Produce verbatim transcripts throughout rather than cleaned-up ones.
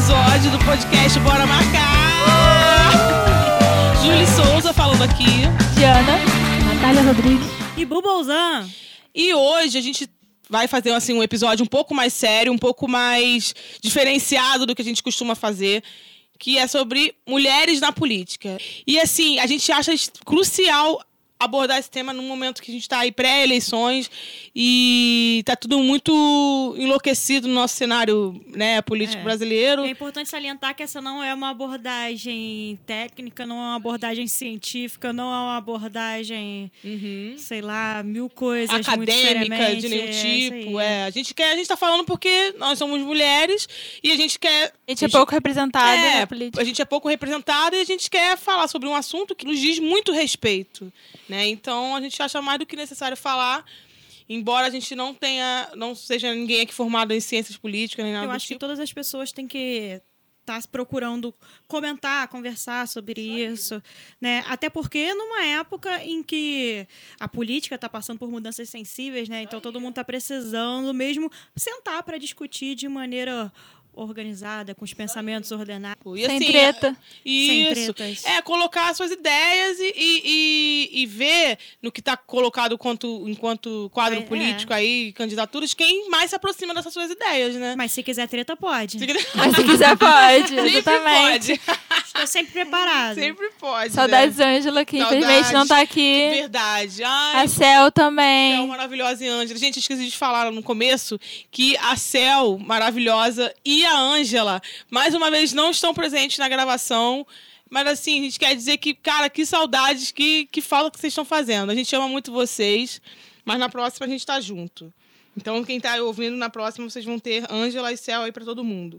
episódio do podcast Bora Marcar! Júlia Souza falando aqui. Diana, Natália Rodrigues e Bubolzan. E hoje a gente vai fazer assim, um episódio um pouco mais sério, um pouco mais diferenciado do que a gente costuma fazer, que é sobre mulheres na política. E assim, a gente acha crucial abordar esse tema num momento que a gente está aí pré-eleições e está tudo muito enlouquecido no nosso cenário, né, político é. brasileiro. É importante salientar que essa não é uma abordagem técnica, não é uma abordagem científica, não é uma abordagem, uhum. sei lá, mil coisas acadêmica de nenhum tipo. É, a gente quer, a gente está falando porque nós somos mulheres e a gente quer. A gente é pouco representada é, na política. A gente é pouco representada e a gente quer falar sobre um assunto que nos diz muito respeito. Né? Então, a gente acha mais do que necessário falar, embora a gente não tenha, não seja ninguém aqui formado em ciências políticas, nem nada Eu do acho tipo. que todas as pessoas têm que estar tá procurando comentar, conversar sobre isso, isso né? Até porque numa época em que a política está passando por mudanças sensíveis, né? Então todo mundo está precisando mesmo sentar para discutir de maneira organizada, com os pensamentos ordenados. E, sem assim, treta. Isso. Sem tretas. É, colocar suas ideias e, e, e, e ver no que está colocado enquanto, enquanto quadro é, político é. aí, candidaturas, quem mais se aproxima dessas suas ideias, né? Mas se quiser treta, pode. Se quiser... Mas se quiser, pode. Sempre exatamente. pode. Estou sempre preparada. Sempre pode. Saudades, né? Ângela, que Saudades. infelizmente não tá aqui. Verdade. Ai, a Cel também. Cel maravilhosa e Ângela. Gente, esqueci de falar no começo que a Cel maravilhosa e a Ângela, mais uma vez, não estão presentes na gravação. Mas, assim, a gente quer dizer que, cara, que saudades, que, que falta que vocês estão fazendo. A gente ama muito vocês, mas na próxima a gente tá junto. Então, quem tá ouvindo, na próxima vocês vão ter Ângela e Cel aí pra todo mundo.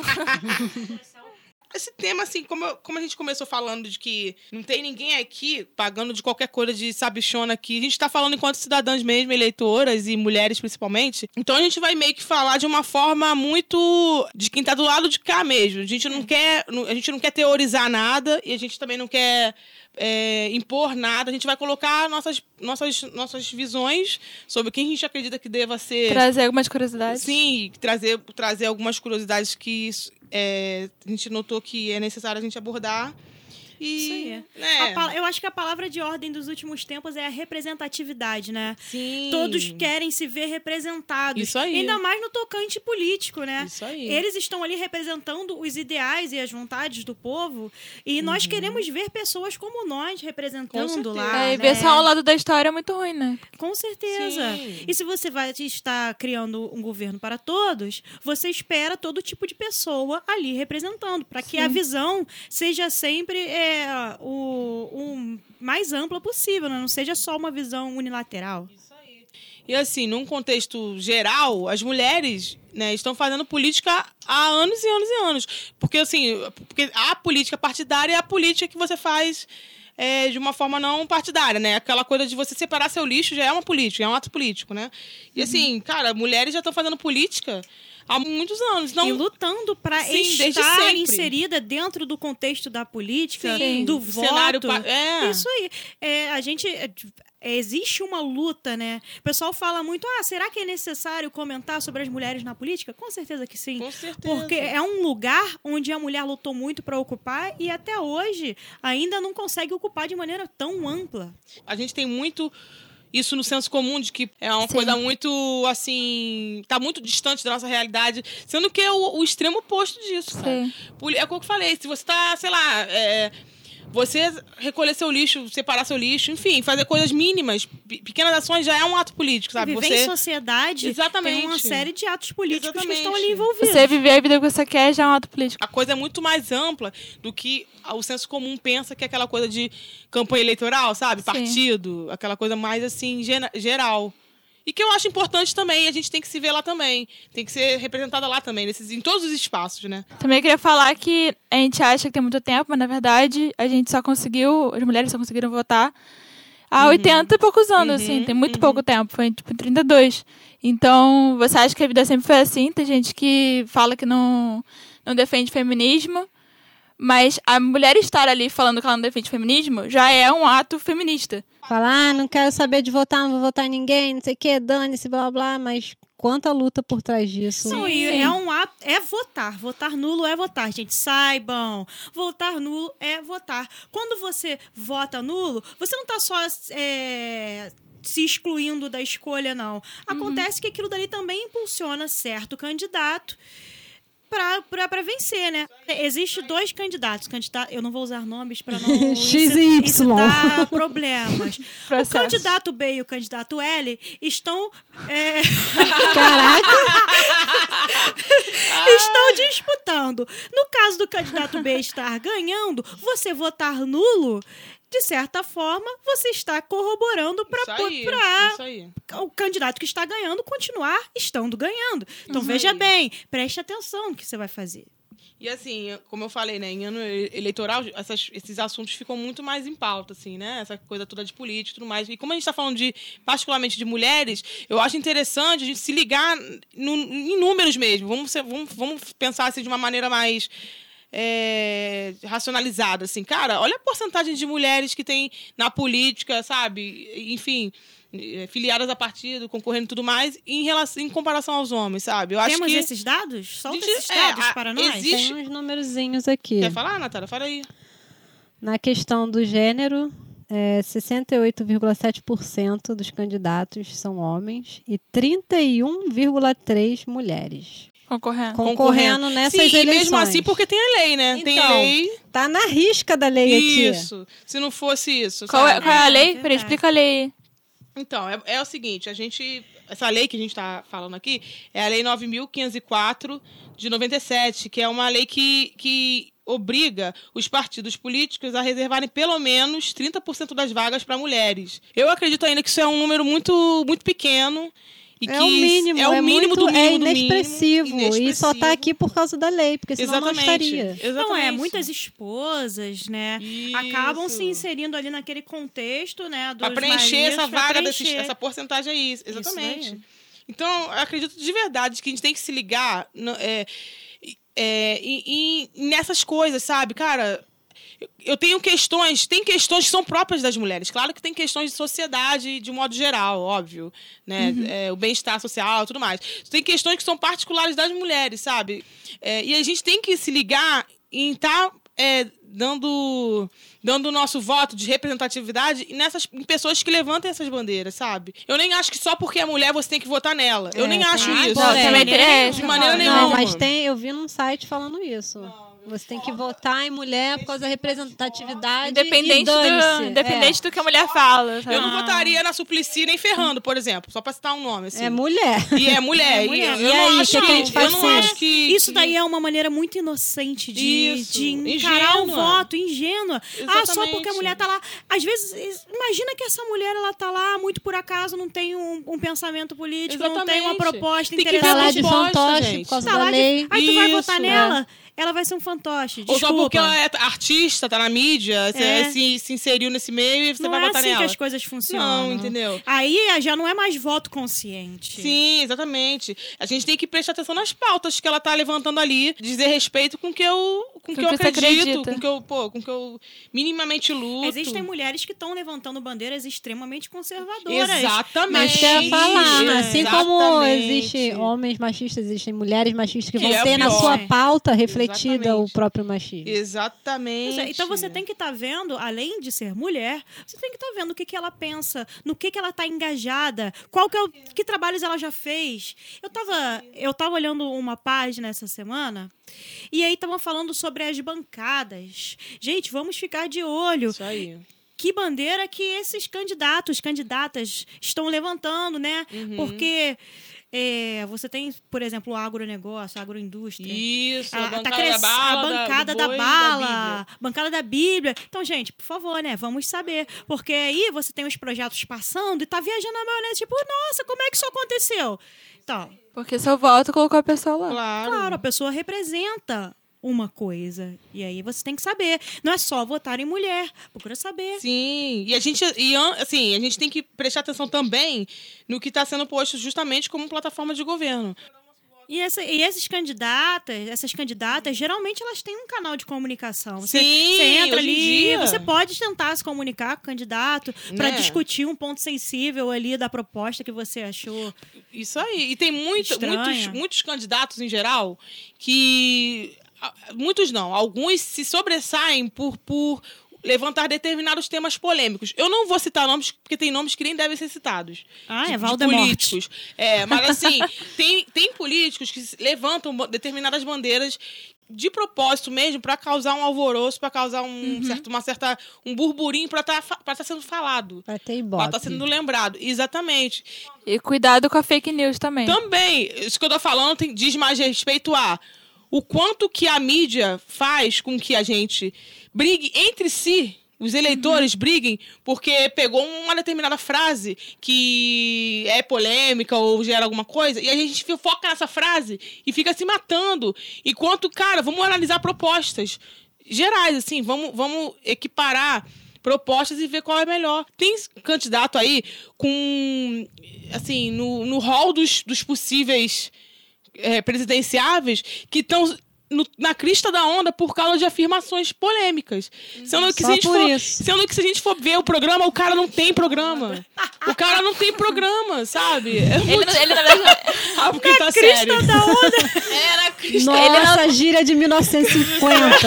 Esse tema, assim, como, como a gente começou falando de que não tem ninguém aqui pagando de qualquer coisa de sabichona aqui, a gente tá falando enquanto cidadãs mesmo, eleitoras e mulheres principalmente. Então a gente vai meio que falar de uma forma muito de quem tá do lado de cá mesmo. A gente não quer, a gente não quer teorizar nada e a gente também não quer é, impor nada. A gente vai colocar nossas, nossas, nossas visões sobre quem a gente acredita que deva ser. Trazer algumas curiosidades. Sim, trazer, trazer algumas curiosidades que É, a gente notou que é necessário a gente abordar. E, Isso aí. Né? A, eu acho que a palavra de ordem dos últimos tempos é a representatividade, né? Sim. Todos querem se ver representados. Isso aí. Ainda mais no tocante político, né? Isso aí. Eles estão ali representando os ideais e as vontades do povo. E uhum. nós queremos ver pessoas como nós representando lá. É, e né? ver só um lado da história é muito ruim, né? Com certeza. Sim. E se você vai estar criando um governo para todos, você espera todo tipo de pessoa ali representando, para que Sim. a visão seja sempre é, o, o mais ampla possível, né? Não seja só uma visão unilateral. Isso aí. E assim, num contexto geral, as mulheres, né, estão fazendo política há anos e anos e anos. Porque assim, porque a política partidária é a política que você faz É, de uma forma não partidária, né? Aquela coisa de você separar seu lixo já é uma política, é um ato político, né? E uhum. assim, cara, mulheres já estão fazendo política há muitos anos. Não... E lutando para estar inserida dentro do contexto da política, Sim. do, do voto. Cenário pa... é. Isso aí. É, a gente... É, existe uma luta, né? O pessoal fala muito, ah, será que é necessário comentar sobre as mulheres na política? Com certeza que sim. Com certeza. Porque é um lugar onde a mulher lutou muito para ocupar e até hoje ainda não consegue ocupar de maneira tão ampla. A gente tem muito isso no senso comum, de que é uma Sim. coisa muito, assim, tá muito distante da nossa realidade, sendo que é o, o extremo oposto disso, cara. É o que eu falei, se você tá, sei lá, é, você recolher seu lixo, separar seu lixo, enfim, fazer coisas mínimas, pequenas ações já é um ato político, sabe? Viver você... em sociedade Exatamente. tem uma série de atos políticos Exatamente. que estão ali envolvidos. Você viver a vida que você quer já é um ato político. A coisa é muito mais ampla do que o senso comum pensa, que é aquela coisa de campanha eleitoral, sabe? Sim. Partido, aquela coisa mais, assim, geral. E que eu acho importante também, a gente tem que se ver lá também. Tem que ser representada lá também, nesses, em todos os espaços, né? Também queria falar que a gente acha que tem muito tempo, mas na verdade a gente só conseguiu, as mulheres só conseguiram votar há uhum. oitenta e poucos anos, uhum. assim, tem muito uhum. pouco tempo, foi tipo trinta e dois. Então, você acha que a vida sempre foi assim? Tem gente que fala que não, não defende feminismo, mas a mulher estar ali falando que ela não defende feminismo já é um ato feminista. Falar, ah, não quero saber de votar, não vou votar em ninguém, não sei o que, dane-se, blá, blá, mas quanta luta por trás disso. Não, e é um ato, é votar. Votar nulo é votar, gente. Saibam. Votar nulo é votar. Quando você vota nulo, você não tá só é, se excluindo da escolha, não. Acontece uhum. que aquilo dali também impulsiona certo candidato para vencer, né? Existem dois candidatos. Candidato, eu não vou usar nomes para não X e Y. Isso dá problemas. O candidato B e o candidato L estão... É... Caraca! estão disputando. No caso do candidato B estar ganhando, você votar nulo... de certa forma, você está corroborando para o candidato que está ganhando continuar estando ganhando. Então, isso veja aí. Bem, preste atenção no que você vai fazer. E assim, como eu falei, né, em ano eleitoral, essas, esses assuntos ficam muito mais em pauta, assim, né? Essa coisa toda de política e tudo mais. E como a gente está falando de, particularmente de mulheres, eu acho interessante a gente se ligar no, em números mesmo. Vamos, ser, vamos, vamos pensar assim, de uma maneira mais... É, racionalizada, assim. Cara, olha a porcentagem de mulheres que tem na política, sabe? Enfim, filiadas a partido, concorrendo e tudo mais, em, relação, em comparação aos homens, sabe? Eu acho Temos que... esses dados? Solta gente, esses dados é, para nós. Existe... Tem uns numerozinhos aqui. Quer falar, Natália? Fala aí. Na questão do gênero, é, sessenta e oito vírgula sete por cento dos candidatos são homens e trinta e um vírgula três por cento mulheres. Concorrendo. Concorrendo nessas Sim, eleições. E mesmo assim, porque tem a lei, né? Então, tem lei. Tá na risca da lei aqui. Isso. Se não fosse isso. Qual é, sabe? qual é a lei? Peraí, explica a lei. Então, é, é o seguinte, a gente... Essa lei que a gente está falando aqui é a Lei nove mil quinhentos e quatro de noventa e sete, que é uma lei que, que obriga os partidos políticos a reservarem pelo menos trinta por cento das vagas para mulheres. Eu acredito ainda que isso é um número muito, muito pequeno. E é que o mínimo, é o mínimo é muito, do mínimo é inexpressivo, do mínimo, e só está aqui por causa da lei, porque senão Exatamente. não estaria. Exatamente. Não é, muitas esposas, né, Isso. acabam se inserindo ali naquele contexto, né, para preencher maridos, essa vaga, preencher. Desses, essa porcentagem aí, exatamente. Isso então, eu acredito de verdade que a gente tem que se ligar no, é, é, em, em, nessas coisas, sabe, cara. Eu tenho questões, tem questões que são próprias das mulheres. Claro que tem questões de sociedade, de modo geral, óbvio, né? Uhum. É, o bem-estar social e tudo mais. Tem questões que são particulares das mulheres, sabe? É, e a gente tem que se ligar em estar tá, é, dando dando o nosso voto de representatividade nessas em pessoas que levantem essas bandeiras, sabe? Eu nem acho que só porque é mulher você tem que votar nela. Eu é, nem acho ah, isso. Não, também tem, de maneira não, nenhuma. Não, mas tem, eu vi num site falando isso. Não. Você tem que votar em mulher por causa da representatividade. Independente, e do, independente é. do que a mulher fala. Sabe? Eu não votaria na Suplicy nem ferrando, por exemplo. Só pra citar um nome. Assim. É mulher. E é mulher. É mulher. E, eu e não aí, acho que, que a gente faz eu não acho que... Isso daí é uma maneira muito inocente de, Isso. de encarar ingênua. o voto, ingênua. Exatamente. Ah, só porque a mulher tá lá. Às vezes, imagina que essa mulher ela tá lá muito por acaso, não tem um, um pensamento político, Exatamente. não tem uma proposta tem interessante. Tá lá de proposta, fantoche gente. por causa tá da lá lei. De... Aí tu vai Isso, votar é. nela, ela vai ser um fantoche. Desculpa. Ou só porque ela é artista, tá na mídia, você É. se, se inseriu nesse meio e você não vai é votar assim nela. que as coisas funcionam. Não, entendeu? Aí já não é mais voto consciente. Sim, exatamente. A gente tem que prestar atenção nas pautas que ela tá levantando ali, dizer respeito com o que eu, com Com que eu que você acredito, acredita. com que eu, pô, com que eu minimamente luto. Existem mulheres que estão levantando bandeiras extremamente conservadoras. Exatamente. Mas quer falar, assim como Exatamente. existem homens machistas, existem mulheres machistas que, Que vão é ter na pior. sua pauta refletida Exatamente. o próprio machismo. Exatamente. Pois é, então você tem que estar vendo, além de ser mulher, você tem que estar vendo o que, que ela pensa, no que, que ela está engajada, qual que, é o, que trabalhos ela já fez. Eu estava eu tava olhando uma página essa semana e aí estavam falando sobre as bancadas. Gente, vamos ficar de olho. Isso aí. Que bandeira que esses candidatos, candidatas estão levantando, né? Uhum. Porque é, você tem, por exemplo, o agronegócio, a agroindústria. Isso, a, A, bancada tá cres... da bala, a bancada do da boi, bala, da bancada da Bíblia. Então, gente, por favor, né? Vamos saber. Porque aí você tem os projetos passando e tá viajando na maionese, tipo, nossa, como é que isso aconteceu? Então, Porque seu voto colocou a pessoa lá. Claro. claro, a pessoa representa uma coisa. E aí você tem que saber. Não é só votar em mulher. Procura saber. Sim, e a gente, e, assim, a gente tem que prestar atenção também no que está sendo posto justamente como plataforma de governo. E, essa, e esses candidatas, essas candidatas, geralmente elas têm um canal de comunicação. Você, Sim, você entra hoje em ali, dia. você pode tentar se comunicar com o candidato para Né? discutir um ponto sensível ali da proposta que você achou. Isso aí. E tem muito, Estranha. muitos, muitos candidatos em geral que... Muitos não. Alguns se sobressaem por... por levantar determinados temas polêmicos. Eu não vou citar nomes, porque tem nomes que nem devem ser citados. Ah, de, é de Valdemort. políticos. É, mas assim, tem, tem políticos que levantam determinadas bandeiras de propósito mesmo para causar um alvoroço, para causar um, Uhum. certo, uma certa, um burburinho para estar tá, tá sendo falado. Vai ter Para ibope. estar tá sendo lembrado. Exatamente. E cuidado com a fake news também. Também, isso que eu tô falando tem, diz mais respeito a o quanto que a mídia faz com que a gente brigue entre si, os eleitores briguem, porque pegou uma determinada frase que é polêmica ou gera alguma coisa, e a gente foca nessa frase e fica se matando. Enquanto, cara, vamos analisar propostas gerais, assim, vamos, vamos equiparar propostas e ver qual é melhor. Tem candidato aí com, assim, no, no hall dos, dos possíveis é, presidenciáveis que estão na crista da onda por causa de afirmações polêmicas. Sendo que, se a gente por for, isso. sendo que se a gente for ver o programa, o cara não tem programa. O cara não tem programa, sabe? É Ele, muito... não- ele, na verdade, Ah, porque tá sério. Crista da onda! Era a crista Nossa, gíria de mil novecentos e cinquenta.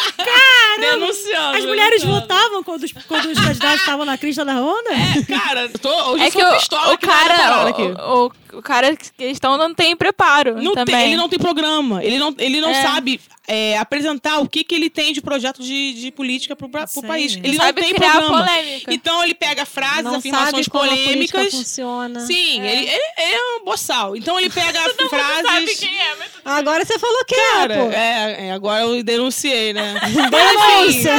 denunciando. As mulheres denunciando. votavam quando os, quando os candidatos estavam na crista da onda? É, cara, eu tô, hoje é eu que sou o, pistola o aqui na parada cara, aqui. o, o, o cara que estão não tem preparo Não também. tem, ele não tem programa. Ele não, ele não É. sabe é, apresentar o que, que ele tem de projeto de, de política pro, pra, pro Sei. país. Ele Ele não sabe tem criar programa. polêmica. Então ele pega frases, Não afirmações sabe como a política polêmicas. funciona. Sim, ele, ele, ele é um boçal. Então ele pega frases. Sabe quem é, mas tudo Agora você falou que Cara, é, pô. é, é, agora eu denunciei, né? Denúncia.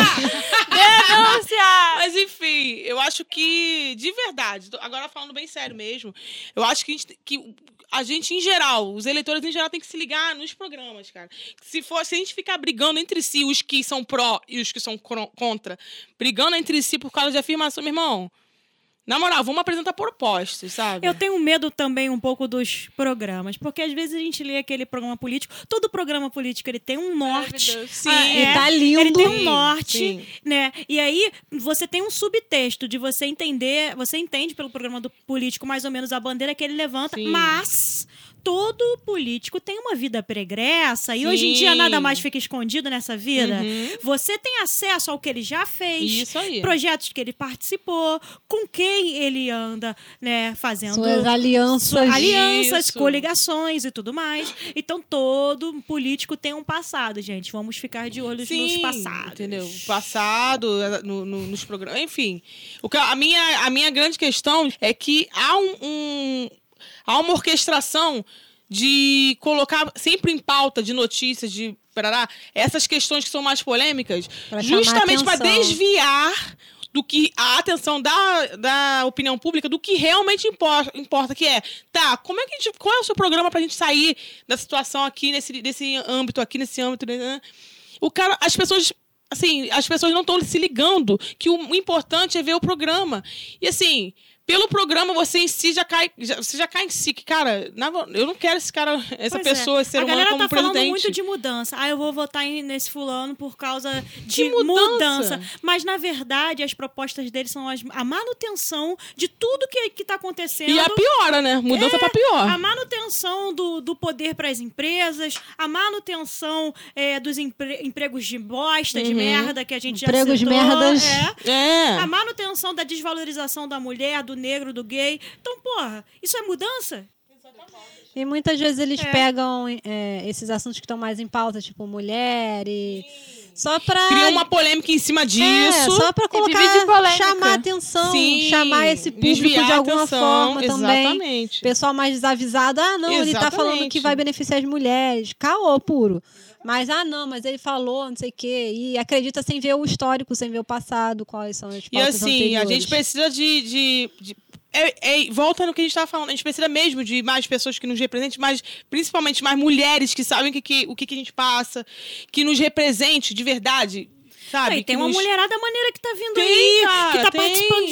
denunciar. Mas enfim, eu acho que, de verdade, tô- agora falando bem sério mesmo, eu acho que a gente, tem- que a gente, em geral, os eleitores em geral, tem que se ligar nos programas, cara. Se, for, se a gente ficar brigando entre si, os que são pró e os que são cro- contra, brigando entre si por causa de afirmação, meu irmão, na moral, vamos apresentar propostas, sabe? Eu tenho medo também um pouco dos programas, porque às vezes a gente lê aquele programa político, todo programa político ele tem um norte. Deus. Sim, Ah, E tá lindo. Ele tem um Sim, norte, sim. né? E aí você tem um subtexto de você entender, você entende pelo programa do político mais ou menos a bandeira que ele levanta, Sim. mas todo político tem uma vida pregressa e Sim. hoje em dia nada mais fica escondido nessa vida. Uhum. Você tem acesso ao que ele já fez, Isso aí. projetos que ele participou, com quem ele anda, né, fazendo Suas alianças. alianças, Isso. coligações e tudo mais. Então todo político tem um passado, gente. Vamos ficar de olho nos Sim, passados. entendeu? Passado, no, no- nos programas, enfim. O que, a, minha, a minha grande questão é que há um, um- há uma orquestração de colocar sempre em pauta de notícias, de parará, essas questões que são mais polêmicas, Pra chamar justamente para atenção. desviar do que a atenção da, da opinião pública do que realmente importa, importa, que é, tá, como é que a gente, qual é o seu programa pra gente sair da situação aqui, nesse, nesse âmbito aqui, nesse âmbito, né? O cara, as pessoas, assim, as pessoas não estão se ligando que o, o importante é ver o programa. E assim, pelo programa você em si já cai, já, você já cai em si, que, cara, na- eu não quero esse cara, essa Pois é. pessoa, esse ser a humano galera como tá falando presidente. muito de mudança. Ah, eu vou votar em- nesse fulano por causa de Que mudança? mudança. Mas, na verdade, as propostas dele são as- a manutenção de tudo que, que tá acontecendo. E a piora, né? Mudança É, pra pior. A manutenção do, do poder para as empresas, a manutenção é, dos empre- empregos de bosta, de Uhum. merda que a gente Empregos já citou. merdas. É. É. A manutenção da desvalorização da mulher, do negro, do gay. Então, porra, isso é mudança? E muitas vezes eles É. pegam é, esses assuntos que estão mais em pauta, tipo mulher e... Só pra... Cria uma polêmica em cima disso. É, só pra colocar, vive de polêmica. chamar atenção, Sim, chamar esse público desviar de a alguma atenção, forma também. exatamente. Pessoal mais desavisado, ah, não, ele tá falando Exatamente. que vai beneficiar as mulheres. Caô puro. Mas, ah, não, mas ele falou, não sei o quê. E acredita sem ver o histórico, sem ver o passado, quais são as E pautas assim, a anteriores. gente precisa de. de, de- é- é- volta no que a gente estava falando, a gente precisa mesmo de mais pessoas que nos representem, mas principalmente mais mulheres que sabem o que, que- o que, que a gente passa, que nos represente de verdade. Sabe? Aí, tem que uma nos... mulherada maneira que tá vindo Tem, aí, cara, que tá tem. participando de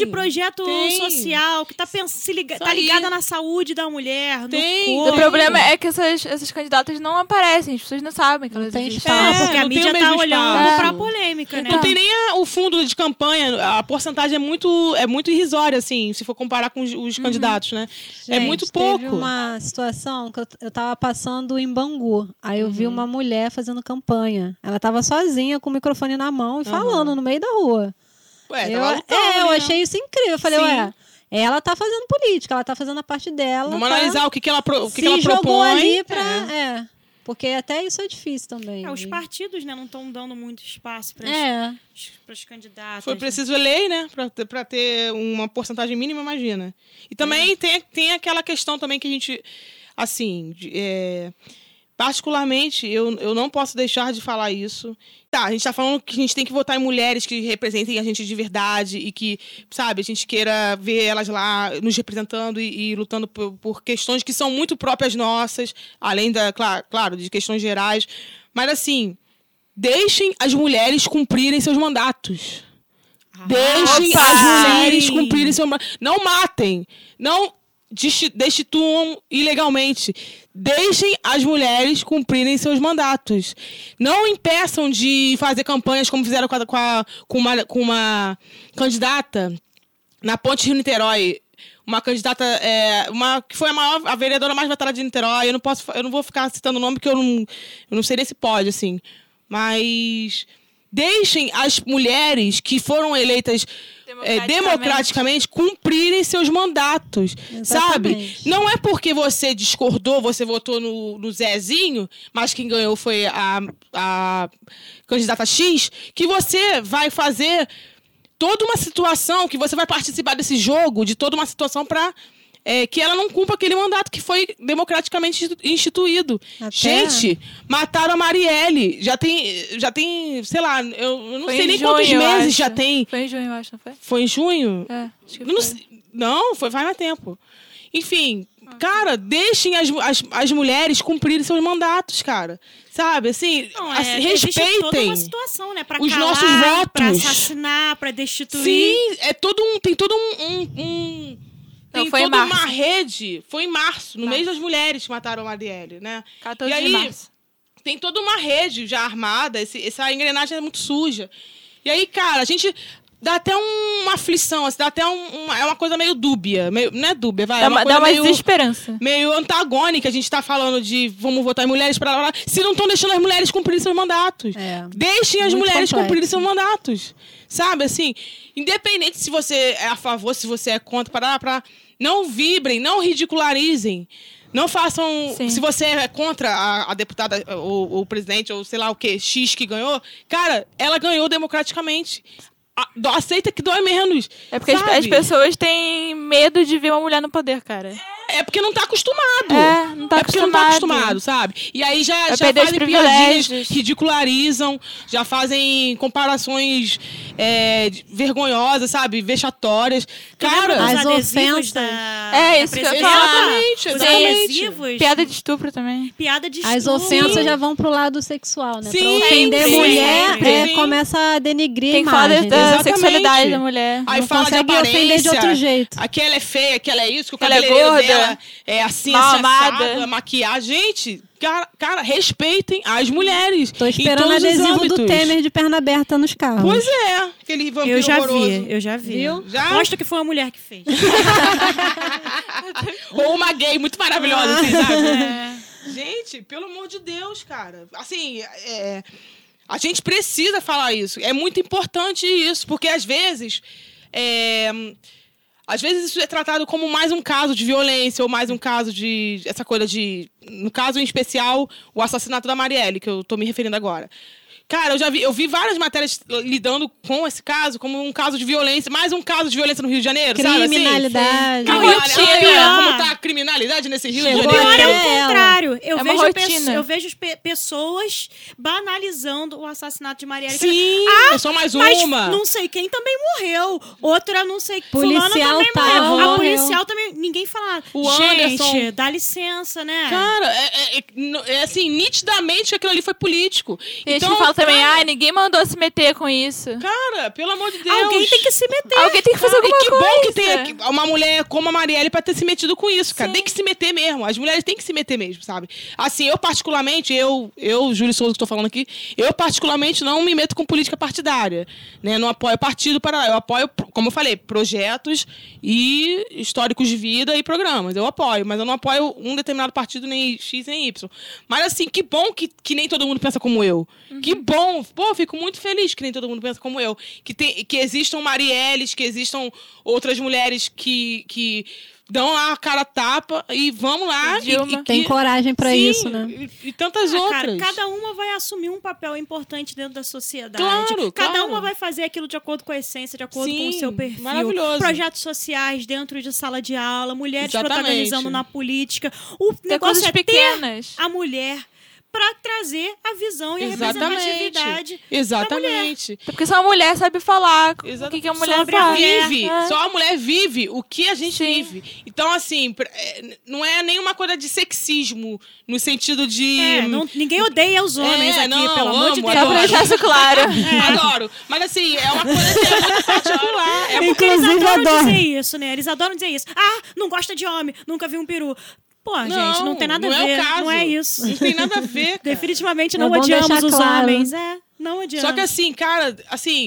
de projeto tem. social, que tá, pens- se liga- Isso tá aí. ligada na saúde da mulher, Tem. no O corpo. problema é que essas, essas candidatas não aparecem, as pessoas não sabem que Não elas tem existem. espaço. É, porque a não tem mídia o tá mesmo olhando espaço. pra polêmica, né? Não tem nem a- o fundo de campanha, a porcentagem é muito, é muito irrisória, assim, se for comparar com os, os candidatos, né? é Gente, muito pouco. Teve uma situação que eu, eu tava passando em Bangu. Aí eu vi uma mulher fazendo campanha. Ela tava sozinha com o microfone na mão e falando no meio da rua. Ué, eu, tava lutando, é, eu né? achei isso incrível. Eu falei, Sim. ué, ela tá fazendo política, ela tá fazendo a parte dela. Vamos tá? analisar o que, que ela, pro- o que Se que ela jogou propõe. ali pra... É. É. Porque até isso é difícil também. É, os de- partidos, né, não estão dando muito espaço para É. os candidatos. Foi preciso lei, né? Pra, ter- pra ter uma porcentagem mínima, imagina. E também tem, tem aquela questão também que a gente, assim, de- é, particularmente, eu, eu não posso deixar de falar isso. Tá, a gente tá falando que a gente tem que votar em mulheres que representem a gente de verdade e que, sabe, a gente queira ver elas lá nos representando e, e lutando por, por questões que são muito próprias nossas, além da, claro, claro, de questões gerais. Mas, assim, deixem as mulheres cumprirem seus mandatos. Deixem Opa! as mulheres Sim. cumprirem seu mandato. Não matem. Não desti- destituam ilegalmente. Deixem as mulheres cumprirem seus mandatos. Não impeçam de fazer campanhas como fizeram com, a, com, a- com uma, com uma candidata na Ponte Rio-Niterói. Uma candidata, é, uma, que foi a maior, a vereadora mais votada de Niterói. Eu não posso, eu não vou ficar citando o nome porque eu não, eu não sei nem se pode, assim. Mas deixem as mulheres que foram eleitas é, Democraticamente. democraticamente cumprirem seus mandatos, sabe? Exatamente. Não é porque você discordou, você votou no, no Zezinho, mas quem ganhou foi a, a candidata X, que você vai fazer toda uma situação, que você vai participar desse jogo, de toda uma situação para que ela não cumpra aquele mandato que foi democraticamente institu- instituído. Até- Gente, mataram a Marielle. Já tem, já tem, sei lá, eu, eu não Foi sei em nem junho, quantos eu meses acho. já tem. Foi em junho, eu acho, não foi? Foi em junho? É, acho que Eu não, foi. sei- não, foi faz mais tempo. Enfim, cara, deixem as, as, as mulheres cumprirem seus mandatos, cara. Sabe, assim, Não, é, assim, existe toda respeitem. uma situação, né? Pra os calar, nossos votos. pra assassinar, pra destituir. Sim, é todo um, tem todo um... um, um Não, tem foi em toda março. uma rede. Foi em março, no Março. mês das mulheres que mataram a Marielle, né? quatorze E aí, de março. tem toda uma rede já armada, esse, essa engrenagem é muito suja. E aí, cara, a gente dá até um- uma aflição, assim, dá até um, uma, é uma coisa meio dúbia, meio, não é dúbia, vai, é Dá uma uma, coisa dá uma meio, desesperança. meio antagônica, a gente tá falando de vamos votar em mulheres para lá, se não estão deixando as mulheres cumprirem seus mandatos. É. Deixem as Muito mulheres complexo. cumprirem seus mandatos. Sabe, assim, independente se você é a favor, se você é contra, para para não vibrem, não ridicularizem. Não façam. Sim. Se você é contra a, a deputada, ou o presidente, ou sei lá o que, X que ganhou, cara, ela ganhou democraticamente. A- do- aceita que dói menos. É porque as, sabe? as pessoas têm medo de ver uma mulher no poder, cara. É porque não tá acostumado. É, não tá é porque não tá acostumado. acostumado, sabe? E aí já, Vai já perder os fazem piadinhas, privilégios. ridicularizam, já fazem comparações é, de- vergonhosas, sabe? Vexatórias. Cara, Os As adesivos ofensas. da, É, da isso que eu ia presidenta, falar. Exatamente, os exatamente. adesivos, Piada de estupro também. piada de As estupro. ofensas já vão pro lado sexual, né? Sim, pra ofender sim, mulher, sim. é, começa a denigrir Tem a que falar imagem. da Exatamente. sexualidade da mulher. Aí Não fala de consegue aparência, ofender de outro jeito. aquela é feia, aquela é isso, que o Ela é cabeleireiro gorda, dela é assim, mal assim, amada. assado, a maquiagem. Gente, cara, cara, respeitem as mulheres. Tô em esperando todos os adesivo do âmbitos. Temer de perna aberta nos carros. Pois é, aquele vampiro Eu já horroroso. vi, eu já vi. Viu? Já? Mostra que foi uma mulher que fez. Ou uma gay muito maravilhosa, assim, sabe? É. Gente, pelo amor de Deus, cara. Assim, é, a gente precisa falar isso. É muito importante isso, porque às vezes... é, às vezes isso é tratado como mais um caso de violência ou mais um caso de... Essa coisa de... No caso em especial, o assassinato da Marielle, que eu tô me referindo agora. Cara, eu já vi, eu vi várias matérias lidando com esse caso como um caso de violência, mais um caso de violência no Rio de Janeiro, sabe? Assim? Criminalidade. Não, Uma olha, rotina. olha como tá a criminalidade nesse Rio Chegou de Pior Janeiro. é o Ela. contrário. Eu, É uma vejo, rotina. pesso- eu vejo pe- pessoas banalizando o assassinato de Marielle. Sim, Ah, é só mais Mas uma. não sei quem também morreu. Outra não sei... Policial fulano também tal morreu. A morreu. policial também... Ninguém fala. O Gente, Anderson- dá licença, né? Cara, é, é- é- no- é assim, nitidamente que aquilo ali foi político. Tem gente Então, que fala também, cara, ai, ninguém mandou se meter com isso. Cara, pelo amor de Deus. Alguém tem que se meter. Alguém tem que fazer E alguma que coisa. que tenha uma mulher como a Marielle pra ter se metido com isso, cara. Sim. Tem que se meter mesmo. As mulheres têm que se meter mesmo, sabe? Assim, eu particularmente, eu, eu Júlio Souza que tô falando aqui, eu particularmente não me meto com política partidária, né? Não apoio partido para... Eu apoio, como eu falei, projetos e históricos de vida e programas. Eu apoio, mas eu não apoio um determinado partido, nem X, nem Y. Mas assim, que bom que, que nem todo mundo pensa como eu. Uhum. Que bom. Pô, fico muito feliz que nem todo mundo pensa como eu. Que, tem, que existam Marielles, que existam outras mulheres que, que dão a cara a tapa e vamos lá. E, e, tem que, coragem pra sim, isso, né? E, e tantas ah, outras. Cara, cada uma vai assumir um papel importante dentro da sociedade. Claro, cada claro. uma vai fazer aquilo de acordo com a essência, de acordo sim, com o seu perfil. Maravilhoso. Projetos sociais dentro de sala de aula, mulheres Exatamente. protagonizando na política. O tem negócio é pequenas. ter a mulher para trazer a visão e a Exatamente. representatividade Exatamente. Porque só a mulher sabe falar Exatamente. o que, que a mulher Sobre a faz. Vive. É. Só a mulher vive o que a gente Sim. vive. Então, assim, não é nenhuma coisa de sexismo, no sentido de... É, não, ninguém odeia os homens É, aqui, não, pelo amor de amo, Deus. Só pra deixar isso claro. É. Adoro. Mas, assim, é uma coisa que é muito particular. É Porque eles Inclusive, adoram adoro. dizer isso, né? Eles adoram dizer isso. Ah, não gosta de homem, nunca vi um peru. Pô, Não, gente, não tem nada não a ver. é o caso. Não é isso. Não tem nada a ver, cara. Definitivamente É não bom odiamos deixar os claro. homens. É, não odiamos. Só que assim, cara, assim,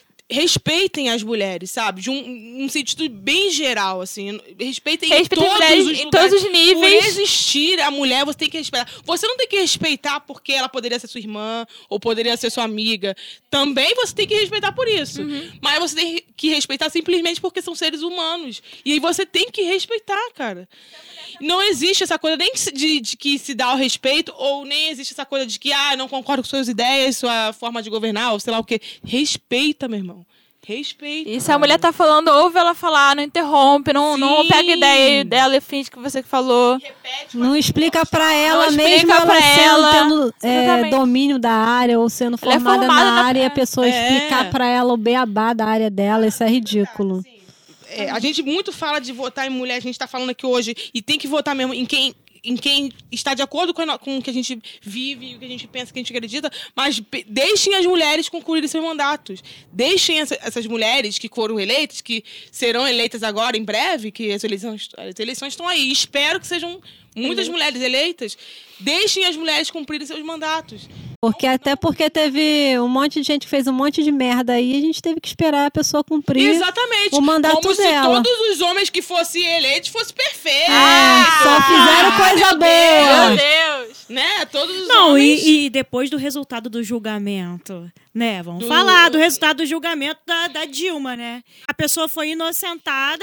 respeitem as mulheres, sabe? De um, um sentido bem geral, assim. Respeitem Respeitem em todos mulheres os em lugares. todos os níveis. Por existir a mulher, você tem que respeitar. Você não tem que respeitar porque ela poderia ser sua irmã ou poderia ser sua amiga. Também você tem que respeitar por isso. Uhum. Mas você tem que respeitar simplesmente porque são seres humanos. E aí você tem que respeitar, cara. Não existe essa coisa nem de, de que se dá o respeito, ou nem existe essa coisa de que, ah, não concordo com suas ideias, sua forma de governar, ou sei lá o quê. Respeita, meu irmão. Respeita. E se a mulher tá falando, ouve ela falar, não interrompe, não, não Sim. pega a ideia dela e finge que você que falou. Repete, Não explica pra ela, Não mesmo explica ela pra sendo, ela. tendo é, Exatamente. domínio da área ou sendo Ela é formada, formada na na- área e a pessoa É. explicar pra ela o beabá da área dela, isso é ridículo. É, a gente muito fala de votar em mulher, a gente tá falando aqui hoje, e tem que votar mesmo em quem, em quem está de acordo com, a, com o que a gente vive, o que a gente pensa, o que a gente acredita, mas pe- deixem as mulheres concluírem seus mandatos. Deixem essa, essas mulheres que foram eleitas, que serão eleitas agora, em breve, que as eleições, as eleições estão aí. Espero que sejam muitas mulheres eleitas. Deixem as mulheres cumprirem seus mandatos. Porque até porque teve um monte de gente que fez um monte de merda aí, a gente teve que esperar a pessoa cumprir Exatamente. o mandato Como dela. se todos os homens que fossem eleitos fossem perfeitos. É, só fizeram coisa meu boa. Meu Deus! Né? Todos os Não, homens... e, e depois do resultado do julgamento, né? Vamos Do- falar do resultado do julgamento da, da Dilma, né? A pessoa foi inocentada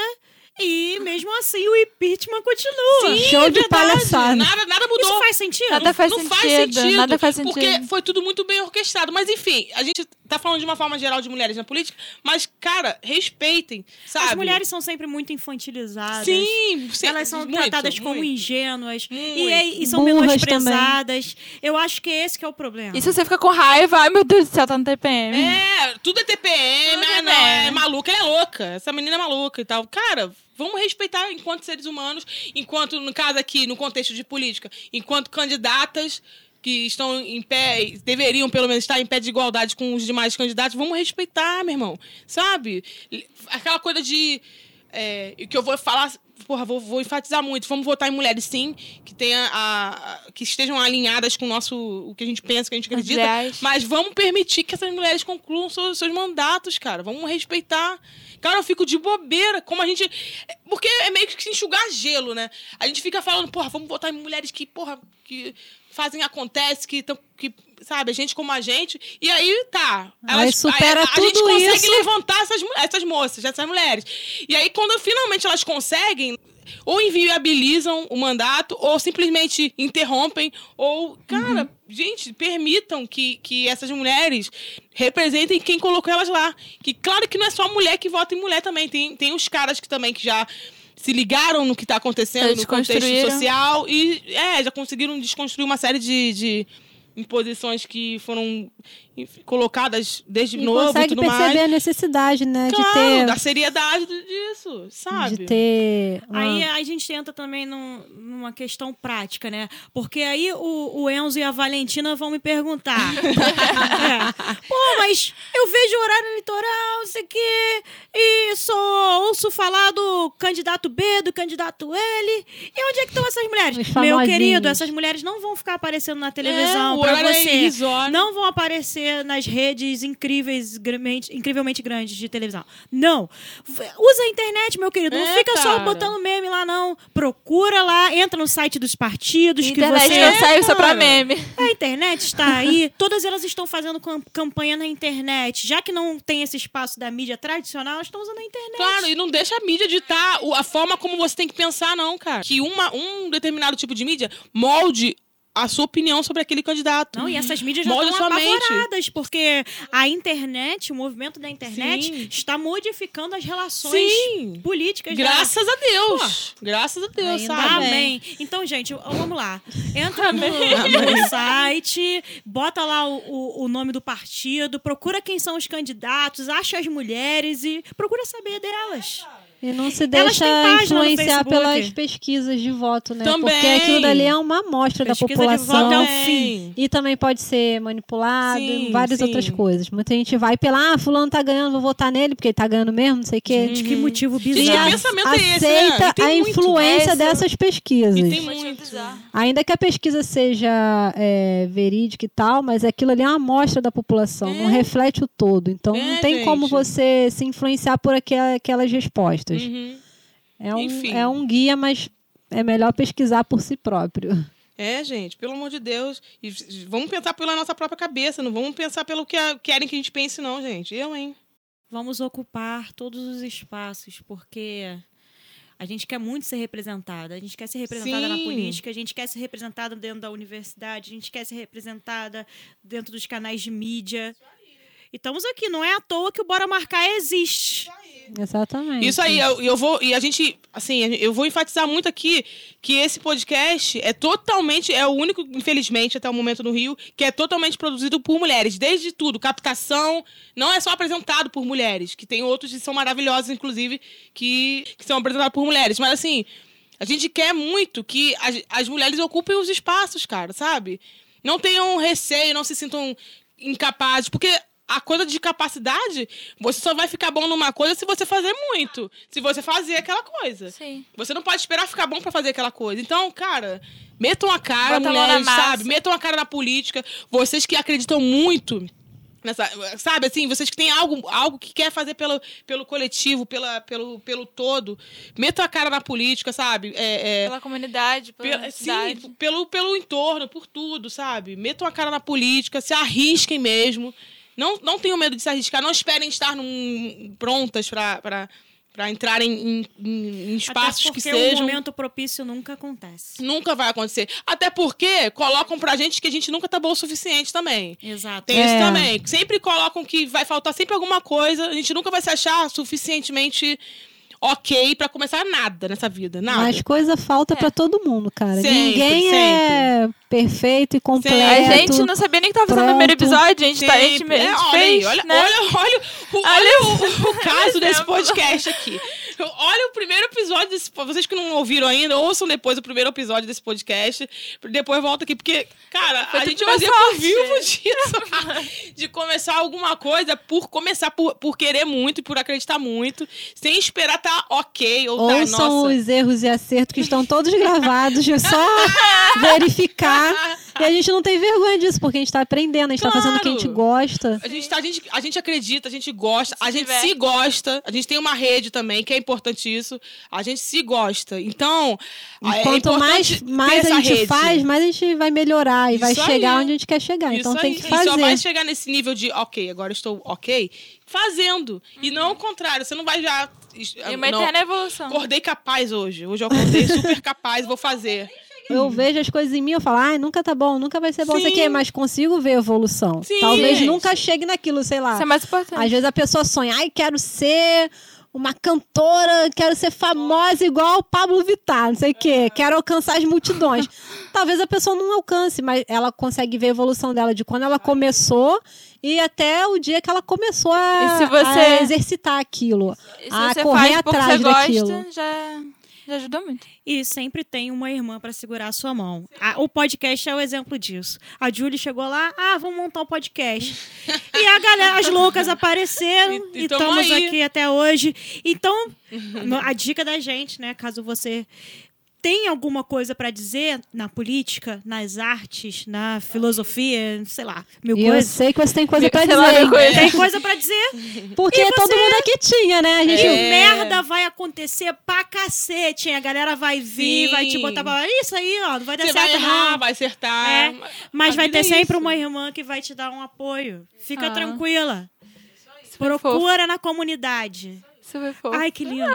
e, mesmo assim, o impeachment continua. Sim, Show de verdade. palhaçada. Nada, nada mudou. Isso faz sentido? Nada faz não sentido, faz sentido. nada faz sentido. Porque foi tudo muito bem orquestrado. Mas, enfim, a gente tá falando de uma forma geral de mulheres na política, mas, cara, respeitem, sabe? As mulheres são sempre muito infantilizadas. Sim, sim, Elas são muito, tratadas como muito. ingênuas Muito. e, é- e são Burras menosprezadas. Eu acho que esse que é o problema. E se você fica com raiva, ai meu Deus do céu, tá no T P M. É, tudo é T P M, Tudo ah, é não, T P é M. maluca, ela é louca. Essa menina é maluca e tal. Cara, vamos respeitar enquanto seres humanos, enquanto, no caso aqui, no contexto de política, enquanto candidatas que estão em pé, deveriam pelo menos estar em pé de igualdade com os demais candidatos, vamos respeitar, meu irmão. Sabe? Aquela coisa de... É, que eu vou falar... Porra, vou, vou enfatizar muito. Vamos votar em mulheres, sim, que, tenha a, a- que estejam alinhadas com o nosso, o que a gente pensa, o que a gente acredita. Ideais. Mas vamos permitir que essas mulheres concluam seus, seus mandatos, cara. Vamos respeitar. Cara, eu fico de bobeira. Como a gente... Porque é meio que se enxugar gelo, né? A gente fica falando, porra, vamos votar em mulheres que, porra, que fazem, acontece, que, tão, que sabe, gente como a gente. E aí, tá. Aí supera a, a gente tudo consegue isso. levantar essas, mu- essas moças, essas mulheres. E aí, quando finalmente elas conseguem, ou inviabilizam o mandato, ou simplesmente interrompem, ou, cara, Uhum. gente, permitam que, que essas mulheres representem quem colocou elas lá. Que claro que não é só a mulher que vota em mulher também. Tem, tem os caras que também que já se ligaram no que está acontecendo Eles no contexto construíram. social e é, já conseguiram desconstruir uma série de, de imposições que foram enfim, colocadas desde E novo e consegue tudo perceber mais. a necessidade, né? Claro, de ter... da seriedade disso, sabe? De ter... Uma... Aí a gente entra também num, numa questão prática, né? Porque aí o, o Enzo e a Valentina vão me perguntar. é. Pô, mas eu vejo o horário eleitoral, não sei o quê, e só ouço falar do candidato B, do candidato L. E onde é que estão essas mulheres? Os Meu famosinhos. querido, essas mulheres não vão ficar aparecendo na televisão É, o pra horário é você. irrisório. Não vão aparecer nas redes incríveis, gramente- incrivelmente grandes de televisão. Não. V- Usa a internet, meu querido. Não É, fica só cara. botando meme lá, não. Procura lá, entra no site dos partidos que Internet você... não serve só pra cara. meme. A internet está aí, todas elas estão fazendo cam- campanha na internet. Já que não tem esse espaço da mídia tradicional, elas estão usando a internet. Claro, e não deixa a mídia ditar o- a forma como você tem que pensar, não, cara. Que uma, um determinado tipo de mídia molde a sua opinião sobre aquele candidato. Não, e essas mídias já Molde estão sua mente. apavoradas, porque a internet, o movimento da internet, Sim. está modificando as relações Sim. políticas. da- Graças a Deus. Graças a Deus, Ainda sabe? bem. Amém. Então, gente, vamos lá. Entra no, no site, bota lá o, o, o nome do partido, procura quem são os candidatos, acha as mulheres e procura saber delas. E não se Elas deixa têm página no influenciar Facebook. pelas pesquisas de voto, né? Também. Porque aquilo dali é uma amostra da Pesquisa de população. voto é o Também. fim. E também pode ser manipulado, Sim, várias sim. outras coisas. Muita gente vai pela, ah, fulano tá ganhando, vou votar nele, porque ele tá ganhando mesmo, não sei o quê. Gente, que motivo Gente, bizarro. que pensamento é esse, né? Aceita E tem a muito. influência Essa- dessas pesquisas. E tem Motivo muito. bizarro. Ainda que a pesquisa seja é, verídica e tal, mas aquilo ali é uma amostra da população, É. não reflete o todo. Então É, não tem gente. como você se influenciar por aquel- aquelas respostas. Uhum. É, um, Enfim. é um guia, mas é melhor pesquisar por si próprio. É, gente, pelo amor de Deus. E vamos pensar pela nossa própria cabeça, não vamos pensar pelo que a- querem que a gente pense, não, gente. Eu, hein? Vamos ocupar todos os espaços, porque a gente quer muito ser representada. A gente quer ser representada na Sim. política, a gente quer ser representada dentro da universidade, a gente quer ser representada dentro dos canais de mídia. E estamos aqui, não é à toa que o Bora Marcar existe. Exatamente. Isso aí, eu, eu vou. E a gente, assim, eu vou enfatizar muito aqui que esse podcast é totalmente. É o único, infelizmente, até o momento no Rio, que é totalmente produzido por mulheres. Desde tudo, captação. Não é só apresentado por mulheres, que tem outros que são maravilhosos, inclusive, que, que são apresentados por mulheres. Mas, assim, a gente quer muito que as, as mulheres ocupem os espaços, cara, sabe? Não tenham receio, não se sintam incapazes, porque. A coisa de capacidade, você só vai ficar bom numa coisa se você fazer muito. Se você fazer aquela coisa. Sim. Você não pode esperar ficar bom pra fazer aquela coisa. Então, cara, metam a cara, Bota a mão na mulheres, massa. sabe? Metam a cara na política. Vocês que acreditam muito nessa, sabe, assim, vocês que têm algo, algo que quer fazer pelo, pelo coletivo, pela, pelo, pelo todo, metam a cara na política, sabe? É, é, Pela comunidade, pela pela- sim, cidade. pelo, pelo entorno, por tudo, sabe? Metam a cara na política, se arrisquem mesmo. Não, não tenham medo de se arriscar. Não esperem estar num, prontas pra, pra, pra entrarem em, em, em espaços Até que porque sejam. o momento propício nunca acontece. Nunca vai acontecer. Até porque colocam pra gente que a gente nunca tá bom o suficiente também. Exato. Tem isso É. também. Sempre colocam que vai faltar sempre alguma coisa. A gente nunca vai se achar suficientemente ok pra começar nada nessa vida. Nada. Mas coisa falta pra todo mundo, cara. Sempre, Ninguém é perfeito e completo. A gente não sabia nem que tava fazendo o primeiro pronto. episódio. A gente, tá, a gente, Sempre. a gente É, olha fez, aí, olha, né? olha, olha, o, olha o, o caso desse podcast aqui. Olha o primeiro episódio desse. Vocês que não ouviram ainda, ouçam depois o primeiro episódio desse podcast. Depois volta aqui, porque, cara, Foi a tudo gente uma fazia sorte. por vivo disso. De começar alguma coisa por começar por, por querer muito e por acreditar muito, sem esperar tá ok ou tá, Ouçam nossa. os erros e acertos que estão todos gravados, é só verificar. E a gente não tem vergonha disso, porque a gente tá aprendendo, a gente tá fazendo o que a gente Claro. gosta. A gente, tá, a, gente, a gente acredita, a gente gosta, Se a gente tiver. se gosta, a gente tem uma rede também, que é importante isso. A gente se gosta. Então, é Quanto importante mais, ter mais a essa gente rede. faz, mais a gente vai melhorar e vai Isso chegar aí. onde a gente quer chegar. Então Isso tem aí. que E só vai fazer. chegar nesse nível de, ok, agora estou ok, fazendo. E não o contrário. Você não vai já... E uma não, eterna evolução. acordei capaz hoje. Hoje eu acordei super capaz, vou fazer. Eu vejo as coisas em mim, eu falo, ai, nunca tá bom, nunca vai ser bom isso Sim. aqui, mas consigo ver evolução. Sim, Talvez gente. nunca chegue naquilo, sei lá. Isso é mais importante. Às vezes a pessoa sonha, ai, quero ser uma cantora, quero ser famosa igual o Pablo Vittar, não sei o quê, quero alcançar as multidões. Talvez a pessoa não alcance, mas ela consegue ver a evolução dela de quando ela começou e até o dia que ela começou a, E se você- a exercitar aquilo, E se a você correr faz porque atrás você daquilo. gosta, já, já ajudou muito. E sempre tem uma irmã pra segurar a sua mão. A- o podcast é o exemplo disso. A Julie chegou lá, ah, vamos montar um podcast. E a galera, as loucas apareceram E- e, e tamo estamos aí. aqui até hoje. Então, no- a dica da gente, né, caso você tem alguma coisa pra dizer na política, nas artes, na filosofia, sei lá, mil E eu coisas. sei que você tem coisa pra Sei dizer, lá, hein? mil coisas. Tem coisa pra dizer. Porque todo mundo aqui tinha, né? A gente E É. merda vai acontecer pra cacete, hein? A galera vai vir, Sim. vai te botar pra... Isso aí, ó, não vai dar Você certo, vai errar, não. vai acertar. É, mas A vai vida ter é sempre isso. uma irmã que vai te dar um apoio. Fica Ah. tranquila. Super fofo. Procura na comunidade. Super fofo. Ai, que lindo.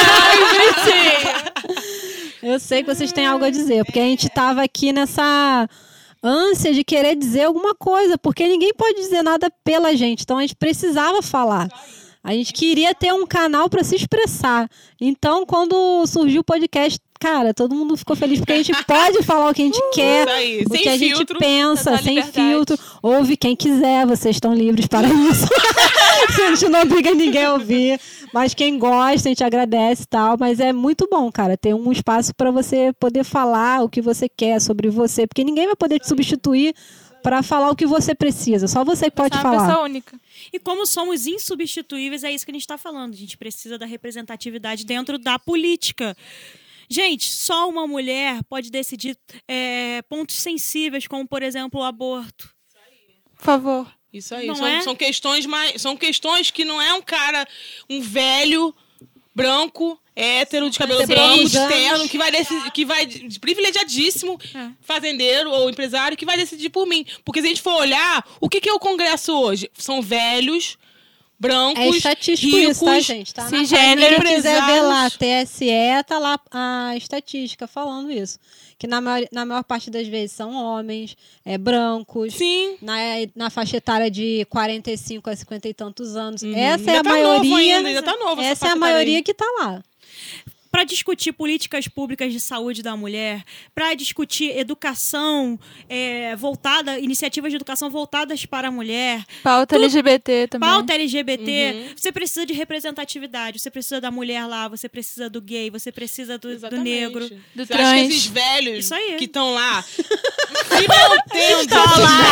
Eu sei que vocês têm algo a dizer, porque a gente tava aqui nessa ânsia de querer dizer alguma coisa, porque ninguém pode dizer nada pela gente, então a gente precisava falar. A gente queria ter um canal para se expressar. Então, quando surgiu o podcast, cara, todo mundo ficou feliz porque a gente pode falar o que a gente quer, Isso aí, o sem que a gente filtro, pensa, total sem liberdade. filtro. Ouve quem quiser, vocês estão livres para isso. A gente não obriga ninguém a ouvir. Mas quem gosta, a gente agradece e tal. Mas é muito bom, cara, ter um espaço para você poder falar o que você quer sobre você. Porque ninguém vai poder te substituir para falar o que você precisa. Só você que pode Você é uma falar. pessoa única. E como somos insubstituíveis, é isso que a gente está falando. A gente precisa da representatividade dentro da política. Gente, só uma mulher pode decidir é, pontos sensíveis, como, por exemplo, o aborto. Por favor. Isso aí. Não São, é? são questões mais. São questões que não é um cara, um velho, branco, hétero, de cabelo Sim. branco, Sim. externo, que vai decidir, que vai. Privilegiadíssimo, É. fazendeiro ou empresário, que vai decidir por mim. Porque se a gente for olhar, o que, que é o Congresso hoje? São velhos, brancos, É estatístico ricos, isso, tá, gente? Tá na cisgênero, página, quem quiser ver empresários. lá, T S E, tá lá a estatística falando isso. Que na maior, na maior parte das vezes são homens, é, brancos, Sim. na, na faixa etária de quarenta e cinco a cinquenta e tantos anos. Uhum. Essa é Ainda a tá maioria. novo ainda, ainda tá novo essa essa é a faixa etária maioria aí. que tá lá. Para discutir políticas públicas de saúde da mulher, para discutir educação é, voltada, iniciativas de educação voltadas para a mulher, Pauta L G B T também. pauta L G B T, Uhum. você precisa de representatividade, você precisa da mulher lá, você precisa do gay, você precisa do, do Exatamente. negro. Do Você acha que trans. esses velhos Isso aí. que estão lá se mantendo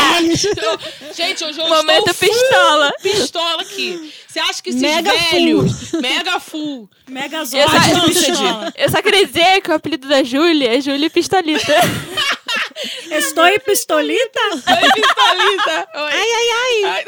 lá. Gente, hoje eu Momento estou full pistola. pistola aqui. Você acha que esses Mega velhos, mega full, Megazord Eu só, pistola. eu só queria dizer que o apelido da Júlia é Júlia Pistolita. Estou pistolita? oi, pistolita. Oi. Ai, ai, ai.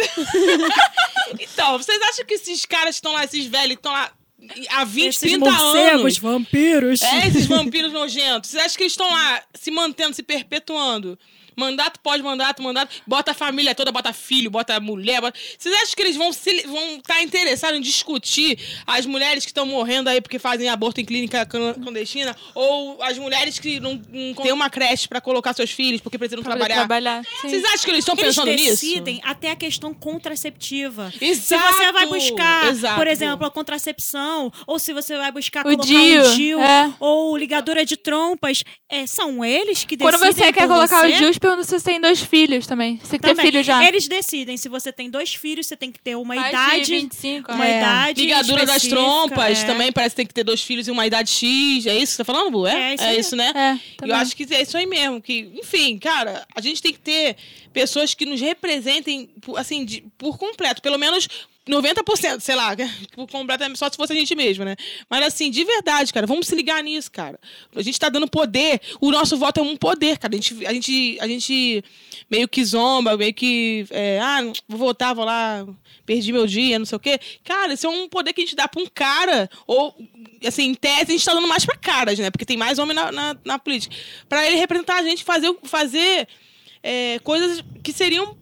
Então, vocês acham que esses caras que estão lá, esses velhos que estão lá há vinte, Esses trinta morcegos, anos... vampiros. É, esses vampiros nojentos. Vocês acham que eles estão lá se mantendo, se perpetuando? Mandato pós mandato, mandato. Bota a família toda, bota filho, bota mulher. Bota... Vocês acham que eles vão estar vão tá interessados em discutir as mulheres que estão morrendo aí porque fazem aborto em clínica clan- clandestina? Ou as mulheres que não, não têm uma creche pra colocar seus filhos porque precisam Pra trabalhar? trabalhar. Sim. Vocês acham que eles estão Eles pensando nisso? decidem até a questão contraceptiva. Exato, Se você vai buscar, exato. por exemplo, a contracepção, ou se você vai buscar O colocar D I U, um D I U, é. ou ligadura de trompas, é, são eles que Quando decidem você quer por colocar você. o D I U, pergunta se você tem dois filhos também. Você tem que ter Também. filho já. Eles decidem. Se você tem dois filhos, você tem que ter uma Mais de idade. vinte e cinco, Uma é. idade. Ligadura das específica, trompas é. também, parece que tem que ter dois filhos e uma idade X. É isso que você tá falando, Bu? É, isso é aí. isso, né? É, Eu também. acho que é isso aí mesmo. Que, enfim, cara, a gente tem que ter pessoas que nos representem, por- assim, de- por completo. Pelo menos noventa por cento, sei lá, por completo, só se fosse a gente mesmo, né? Mas assim, de verdade, cara, vamos se ligar nisso, cara. A gente tá dando poder, o nosso voto é um poder, cara. A gente, a gente, a gente meio que zomba, meio que, é, ah, vou votar, vou lá, perdi meu dia, não sei o quê. Cara, isso é um poder que a gente dá pra um cara, ou, assim, em tese, a gente tá dando mais pra caras, né? Porque tem mais homem na, na, na política. Pra ele representar a gente, fazer, fazer é, coisas que seriam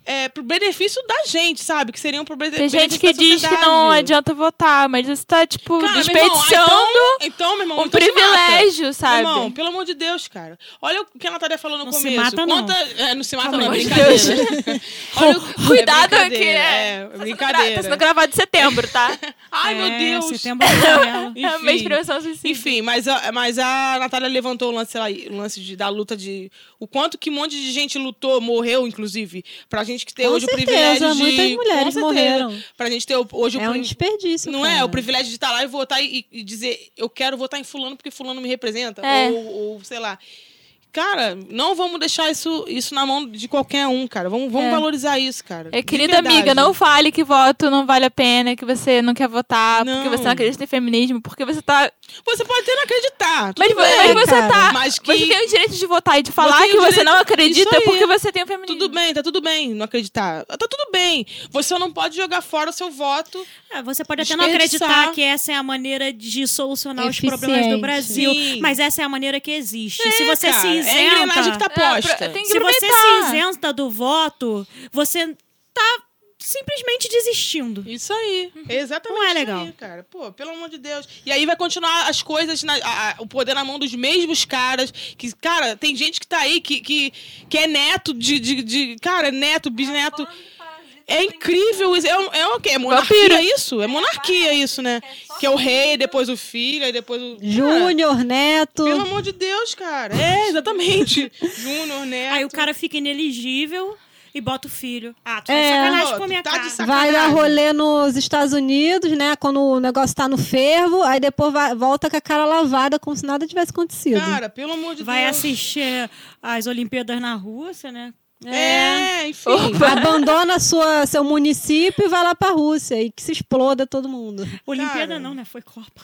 é, pro benefício da gente, sabe? Que seriam pro benefício Tem da gente que diz que não adianta votar, mas você tá, tipo, Cara, desperdiçando meu irmão, então, então, meu irmão, um então se privilégio, mata. sabe? Meu irmão, pelo amor de Deus, cara. Olha o que a Natália falou no Não começo. se mata, não. Conta, é, não se mata, Pelo não. amor de Brincadeira. Olha o- Cuidado é aqui, brincadeira, né? É, Tá sendo brincadeira. gra- Tá sendo gravado em setembro, tá? Ai, É, meu Deus. Setembro amarelo. É uma expressão suicida. Enfim, mas a, mas a Natália levantou o lance, lá, o lance de, da luta de... O quanto que um monte de gente lutou, morreu, inclusive, pra gente que ter Com hoje certeza, o privilégio de... muitas mulheres com certeza, morreram. Pra gente ter o- hoje É o... um desperdício, Não cara. é? O privilégio de estar lá e votar e, e dizer eu quero votar em fulano porque fulano me representa. É. Ou, ou, sei lá... Cara, não vamos deixar isso, isso na mão de qualquer um, cara. Vamos, vamos É. valorizar isso, cara. É, De querida verdade. amiga, não fale que voto não vale a pena, que você não quer votar, Não. porque você não acredita em feminismo, porque você tá... Você pode até não acreditar. Mas, tudo mas bem, você cara. tá... Mas que- Você tem o direito de votar e de falar tem que o você direito- não Isso acredita aí. porque você tem o feminismo. Tudo bem, tá tudo bem não acreditar. Tá tudo bem. Você só não pode jogar fora o seu voto. É, você pode até não Desperdiçar. acreditar que essa é a maneira de solucionar os Eficiente. problemas do Brasil, Sim. mas essa é a maneira que existe. É, se você cara, se é a isenta, engrenagem que tá É, posta. pra- tem que se você aproveitar. se isenta do voto, você tá simplesmente desistindo. Isso aí. Exatamente. Não é isso legal. aí, cara. Pô, pelo amor de Deus. E aí vai continuar as coisas, na- a- a- o poder na mão dos mesmos caras. Que, cara, tem gente que tá aí que, que, que é neto de, de, de- Cara, neto, bisneto. É incrível isso. É, um- é o quê? É monarquia Vampiro. isso? É monarquia isso, né? Que é o rei, depois o filho, aí depois o. Cara, Júnior, Neto. pelo amor de Deus, cara. É, exatamente. Júnior, neto. Aí o cara fica inelegível e bota o filho. Ah, tu tá É. de sacanagem Pô, com a minha tá de cara. sacanagem. Vai dar rolê nos Estados Unidos, né? Quando o negócio tá no fervo, aí depois vai- volta com a cara lavada, como se nada tivesse acontecido. Cara, pelo amor de Vai Deus. assistir as Olimpíadas na Rússia, né? É, enfim. Abandona sua, seu município e vai lá pra Rússia. E que se exploda todo mundo. Olimpíada Cara. não, né? Foi Copa.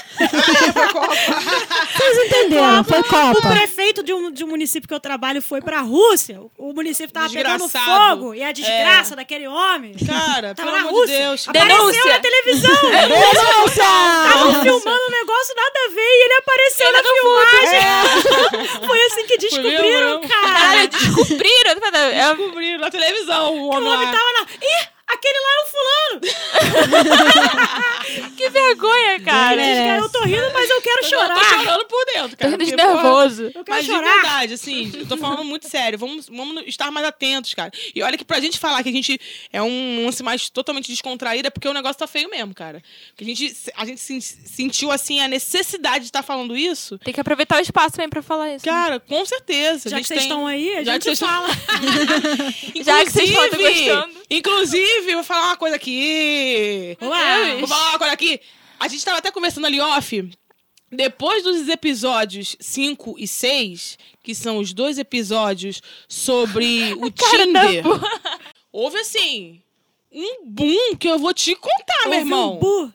Vocês entenderam? Foi O Copa. prefeito de um, de um município que eu trabalho foi pra Rússia. O município tava pegando Desgraçado. fogo. E a desgraça daquele homem Cara, tava pelo na amor de Rússia. Deus. Apareceu Denúncia. na televisão. Denúncia! Tava filmando um negócio nada a ver e ele apareceu na filmagem. Foi assim que descobriram, mesmo. cara. Cara, descobriram. É, Descobriram na televisão o O homem homem lá. tava na... Ih, aquele lá é o fulano. que vergonha, cara. merece. Cara, eu tô rindo, mas eu quero Eu chorar. tô chorando por dentro, Tô cara. rindo de porque, porra, nervoso. Eu quero Mas de chorar. verdade, assim, eu tô falando muito sério. Vamos, vamos estar mais atentos, cara. E olha que pra gente falar que a gente é um lance mais totalmente descontraído, é porque o negócio tá feio mesmo, cara. Porque a gente, a gente se- sentiu, assim, a necessidade de estar falando isso. Tem que aproveitar o espaço também pra falar isso. Cara, com certeza. Já a que gente vocês tem... estão aí, a Já gente que vocês estão- fala. Já que vocês estão Inclusive- gostando. Inclusive, vou falar uma coisa aqui. Uau. Vou falar uma coisa aqui. A gente tava até conversando ali off. Depois dos episódios cinco e seis, que são os dois episódios sobre o Tinder, houve assim um boom que eu vou te contar, meu Houve irmão. um bu.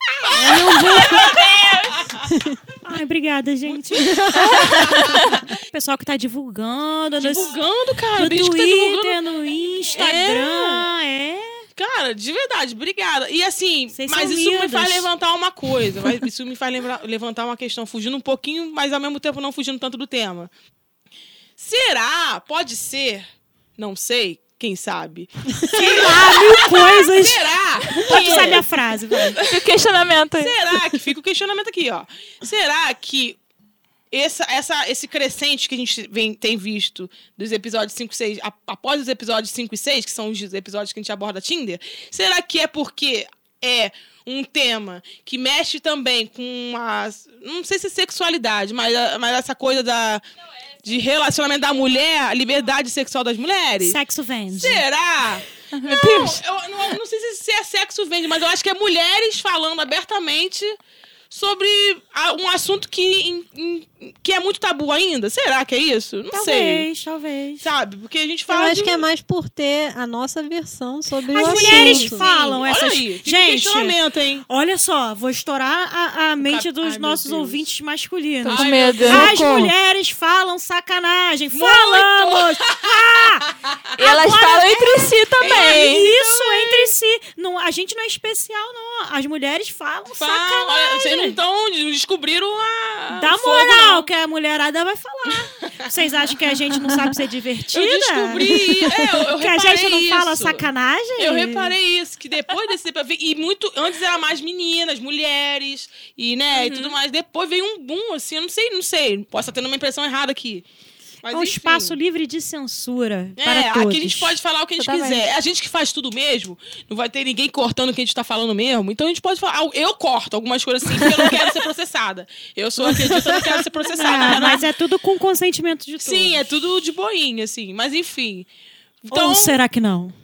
Ai, obrigada, gente. Pessoal que tá divulgando. nos- Divulgando, cara. No bicho que tá Twitter, divulgando. no Instagram, é. Cara, de verdade, obrigada. E assim, Vocês mas são isso me lindas. faz levantar uma coisa. mas Isso me faz lembra- levantar uma questão, fugindo um pouquinho, mas ao mesmo tempo não fugindo tanto do tema. Será? Pode ser? Não sei. Quem sabe? Sei lá, mil coisas. Será? Pode que- saber a frase, vai. Fica o questionamento aí. Será que fica o questionamento aqui, ó? Será que essa, essa, esse crescente que a gente vem, tem visto dos episódios cinco e seis, a- após os episódios cinco e seis, que são os episódios que a gente aborda Tinder, será que é porque é um tema que mexe também com a... Não sei se é sexualidade, mas, a- mas essa coisa da... De relacionamento da mulher, a liberdade sexual das mulheres? Sexo vende. Será? Meu Deus. Eu não, não sei se é sexo vende, mas eu acho que é mulheres falando abertamente sobre a- um assunto que, em- em- que é muito tabu ainda. Será que é isso? Não sei. Talvez, talvez. Sabe? Porque a gente Eu fala acho de... que é mais por ter a nossa versão sobre As o mulheres assunto. falam Olha essas... aí, fica um Gente, questionamento, hein? olha só, vou estourar a, a mente Cap- dos Ai, meu nossos Deus. ouvintes masculinos. Tô com Ai, medo. meu Deus. As Socorro. mulheres falam sacanagem. Muito. Falamos! Ah! E elas Agora- falam entre si também. Isso, entre si. Não, a gente não é especial, não. As mulheres falam Fala, olha, sacanagem. vocês não estão... Descobriram a... Dá o fogo, moral não. que a mulherada vai falar. Vocês acham que a gente não sabe ser divertida? Eu descobri, é, eu, eu que a reparei gente não isso. fala sacanagem? Eu reparei isso, que depois desse... E muito... Antes era mais meninas, mulheres, e, né, Uhum. e tudo mais. Depois veio um boom, assim, eu não sei, não sei. Posso estar tendo uma impressão errada aqui. Mas, É um enfim. espaço livre de censura É, para todos. aqui a gente pode falar o que a gente Totalmente. quiser. A gente que faz tudo mesmo, não vai ter ninguém cortando o que a gente tá falando mesmo. Então a gente pode falar. Eu corto algumas coisas assim, porque eu não quero ser processada. Eu sou acredito, eu não quero ser processada. Ah, mas é tudo com consentimento de todos. Sim, é tudo de boinha, assim. Mas enfim. Então. Ou será que não?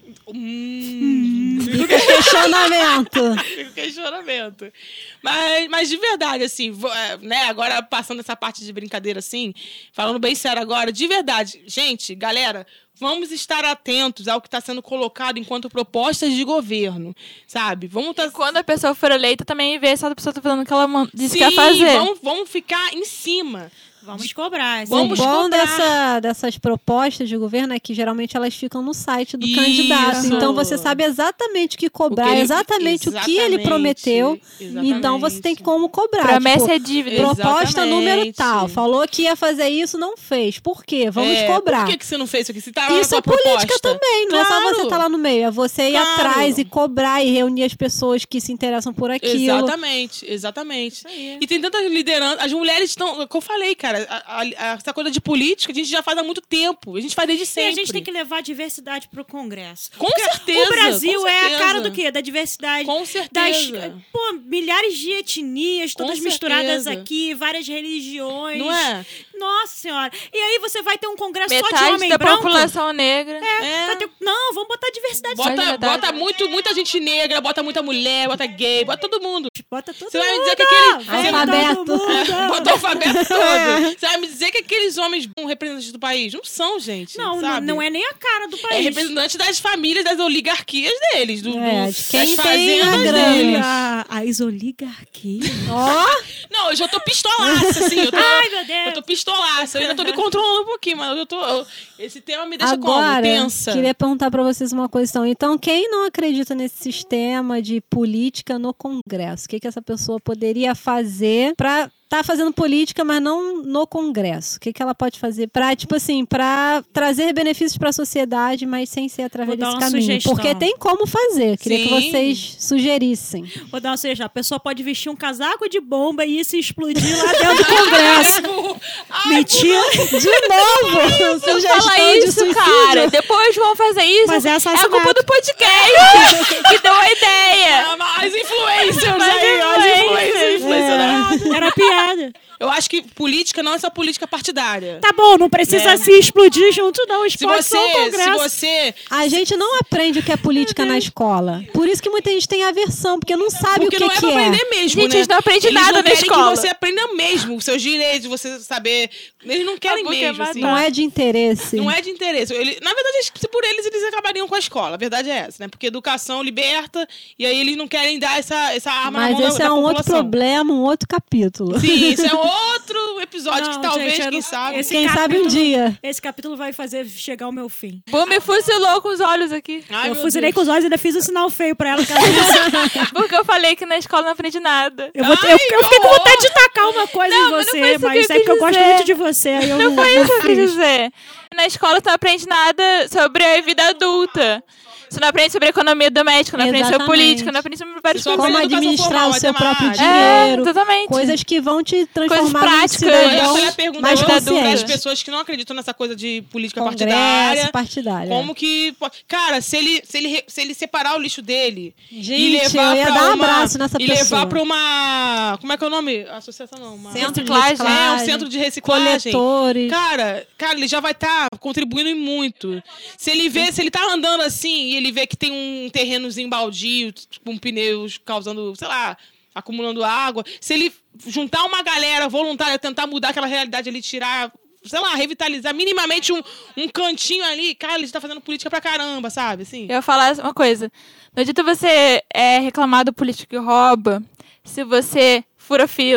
Hum, Questionamento. Fica o questionamento. Mas, mas de verdade, assim, vo- é, né, agora passando essa parte de brincadeira, assim, falando bem sério agora, de verdade, gente, galera, vamos estar atentos ao que está sendo colocado enquanto propostas de governo, sabe? Vamos estar... E quando a pessoa for eleita, também ver se a pessoa tá fazendo o que ela man- disse Sim, que ia fazer. vamos, vamos ficar em cima. Vamos cobrar. O Vamos bom cobrar. dessa, dessas propostas de governo é que geralmente elas ficam no site do Isso. candidato. Então você sabe exatamente o que cobrar, O que ele- exatamente, o que ele exatamente, prometeu. exatamente. Então você tem como cobrar. Promessa tipo, é dívida. Exatamente. proposta número tal. Falou que ia fazer isso, não fez. Por quê? Vamos É, cobrar. Por que, que você não fez isso aqui? Se tá lá Isso na é tua política proposta. também, não é só Claro. você estar lá no meio, é você ir Claro. atrás e cobrar e reunir as pessoas que se interessam por aquilo. Exatamente, exatamente. E tem tantas lideranças. As mulheres estão. Como eu falei, cara, a- a- essa coisa de política a gente já faz há muito tempo. A gente faz desde E sempre. a gente tem que levar a diversidade pro Congresso. Com Porque certeza, O Brasil com é a certeza. cara do quê? Da diversidade. Com Das, certeza. pô, milhares de etnias, Com todas misturadas certeza. aqui, várias religiões. Não é? Nossa Senhora. E aí você vai ter um congresso só de Metade homem da branco? população negra. É. Vai ter- Não, vamos botar diversidade. Bota, Só de verdade. bota muito, muita gente negra, bota muita mulher, bota gay, bota todo mundo. Bota todo Você vai me mundo. dizer que aquele- Vem Alfabeto. todo mundo. Bota o alfabeto todo. Você vai me dizer que aqueles homens são representantes do país? Não são, gente. Não, não, sabe? não é nem a cara do É país. representante das famílias, das oligarquias deles. Do, É, do- de quem das tem a fazendas grana. deles. Olha, as oligarquias. Ó, Não, eu já tô pistolaça, assim. Eu tô, Ai, meu Deus. eu tô pistolaça. Eu ainda tô me controlando um pouquinho, mas eu tô... eu- esse tema me deixa como? agora, Tensa. queria perguntar pra vocês uma coisa. Então, então, quem não acredita nesse sistema de política no Congresso? O que, que essa pessoa poderia fazer pra tá fazendo política, mas não no Congresso? O que, que ela pode fazer pra, tipo assim, pra trazer benefícios pra sociedade, mas sem ser através Vou dar desse uma caminho? sugestão. Porque tem como fazer. Queria que Sim. vocês sugerissem. Vou dar uma sugestão. A pessoa pode vestir um casaco de bomba e ir se explodir lá dentro do Congresso. Ai, Mentira. De novo! Sugestão Fala de isso, suicídio. cara. Depois vão fazer isso. Mas é é a assassinato. culpa do podcast que deu a ideia. Ah, as influencers Mas aí, as influencers. influencers. influencers, né? Era piada. Eu acho que política não é só política partidária. Tá bom, não precisa É. se explodir junto, não. Se Explode você, só o se Congresso. você... A gente não aprende o que é política na escola. Por isso que muita gente tem aversão, porque não sabe Porque o que, não é que pra é. aprender mesmo, Gente, né? eles não aprendem Eles nada não na querem escola. que você aprenda mesmo os seus direitos, você saber... Eles não querem boca é mesmo, assim. Não é de interesse. Não é de interesse. Ele, na verdade, acho que se por eles, eles acabariam com a escola. A verdade é essa, né? Porque educação liberta e aí eles não querem dar essa, essa arma Mas na mão esse da, é da um outro população. problema, um outro capítulo. Sim, isso é outro episódio Não, que talvez, gente, eu quem não- sabe... esse Quem sabe um capítulo- dia. Esse capítulo vai fazer chegar ao meu fim. Bom, me fuzilou com os olhos aqui. Ai, eu meu fuzilei Deus. com os olhos e ainda fiz um sinal feio pra ela. Que ela disse. Porque eu falei que na escola não aprendi nada. eu, vou ter- Ai, eu, eu fiquei com horror. vontade de tacar uma coisa Não, em mas não você, foi isso que mas eu é porque eu quis gosto dizer. muito de você. Aí eu Não não, foi não isso que eu quis fiz. dizer. Na escola tu não aprende nada sobre a vida adulta. Você não aprende sobre economia doméstica, não aprende sobre Exatamente. política, não aprende sobre várias Você só coisas. Como aprende educação administrar formal, o seu próprio matemática. É, dinheiro. exatamente. Coisas que vão te transformar num práticas. Eu cidadão ia perguntar mais para as consciente. pessoas que não acreditam nessa coisa de política Congresso, partidária. partidária. Como que... po- Cara, se ele, se, ele, re- se ele separar o lixo dele e Gente, levar eu ia pra dar um uma, abraço nessa e pessoa. levar pra uma... Como é que é o nome? Associação não. Uma... Centro de Reciclagem. reciclagem, É, um centro de reciclagem. coletores. Cara, cara, ele já vai estar contribuindo em muito. Se ele vê, se ele tá andando assim e ele vê que tem um terrenozinho baldio, com pneus causando, sei lá, acumulando água, se ele juntar uma galera voluntária, tentar mudar aquela realidade ali, tirar, sei lá, revitalizar minimamente um, um cantinho ali, cara, ele tá fazendo política pra caramba, sabe? Assim. Eu ia falar uma coisa. Não adianta você é, reclamar do político que rouba se você fura fila.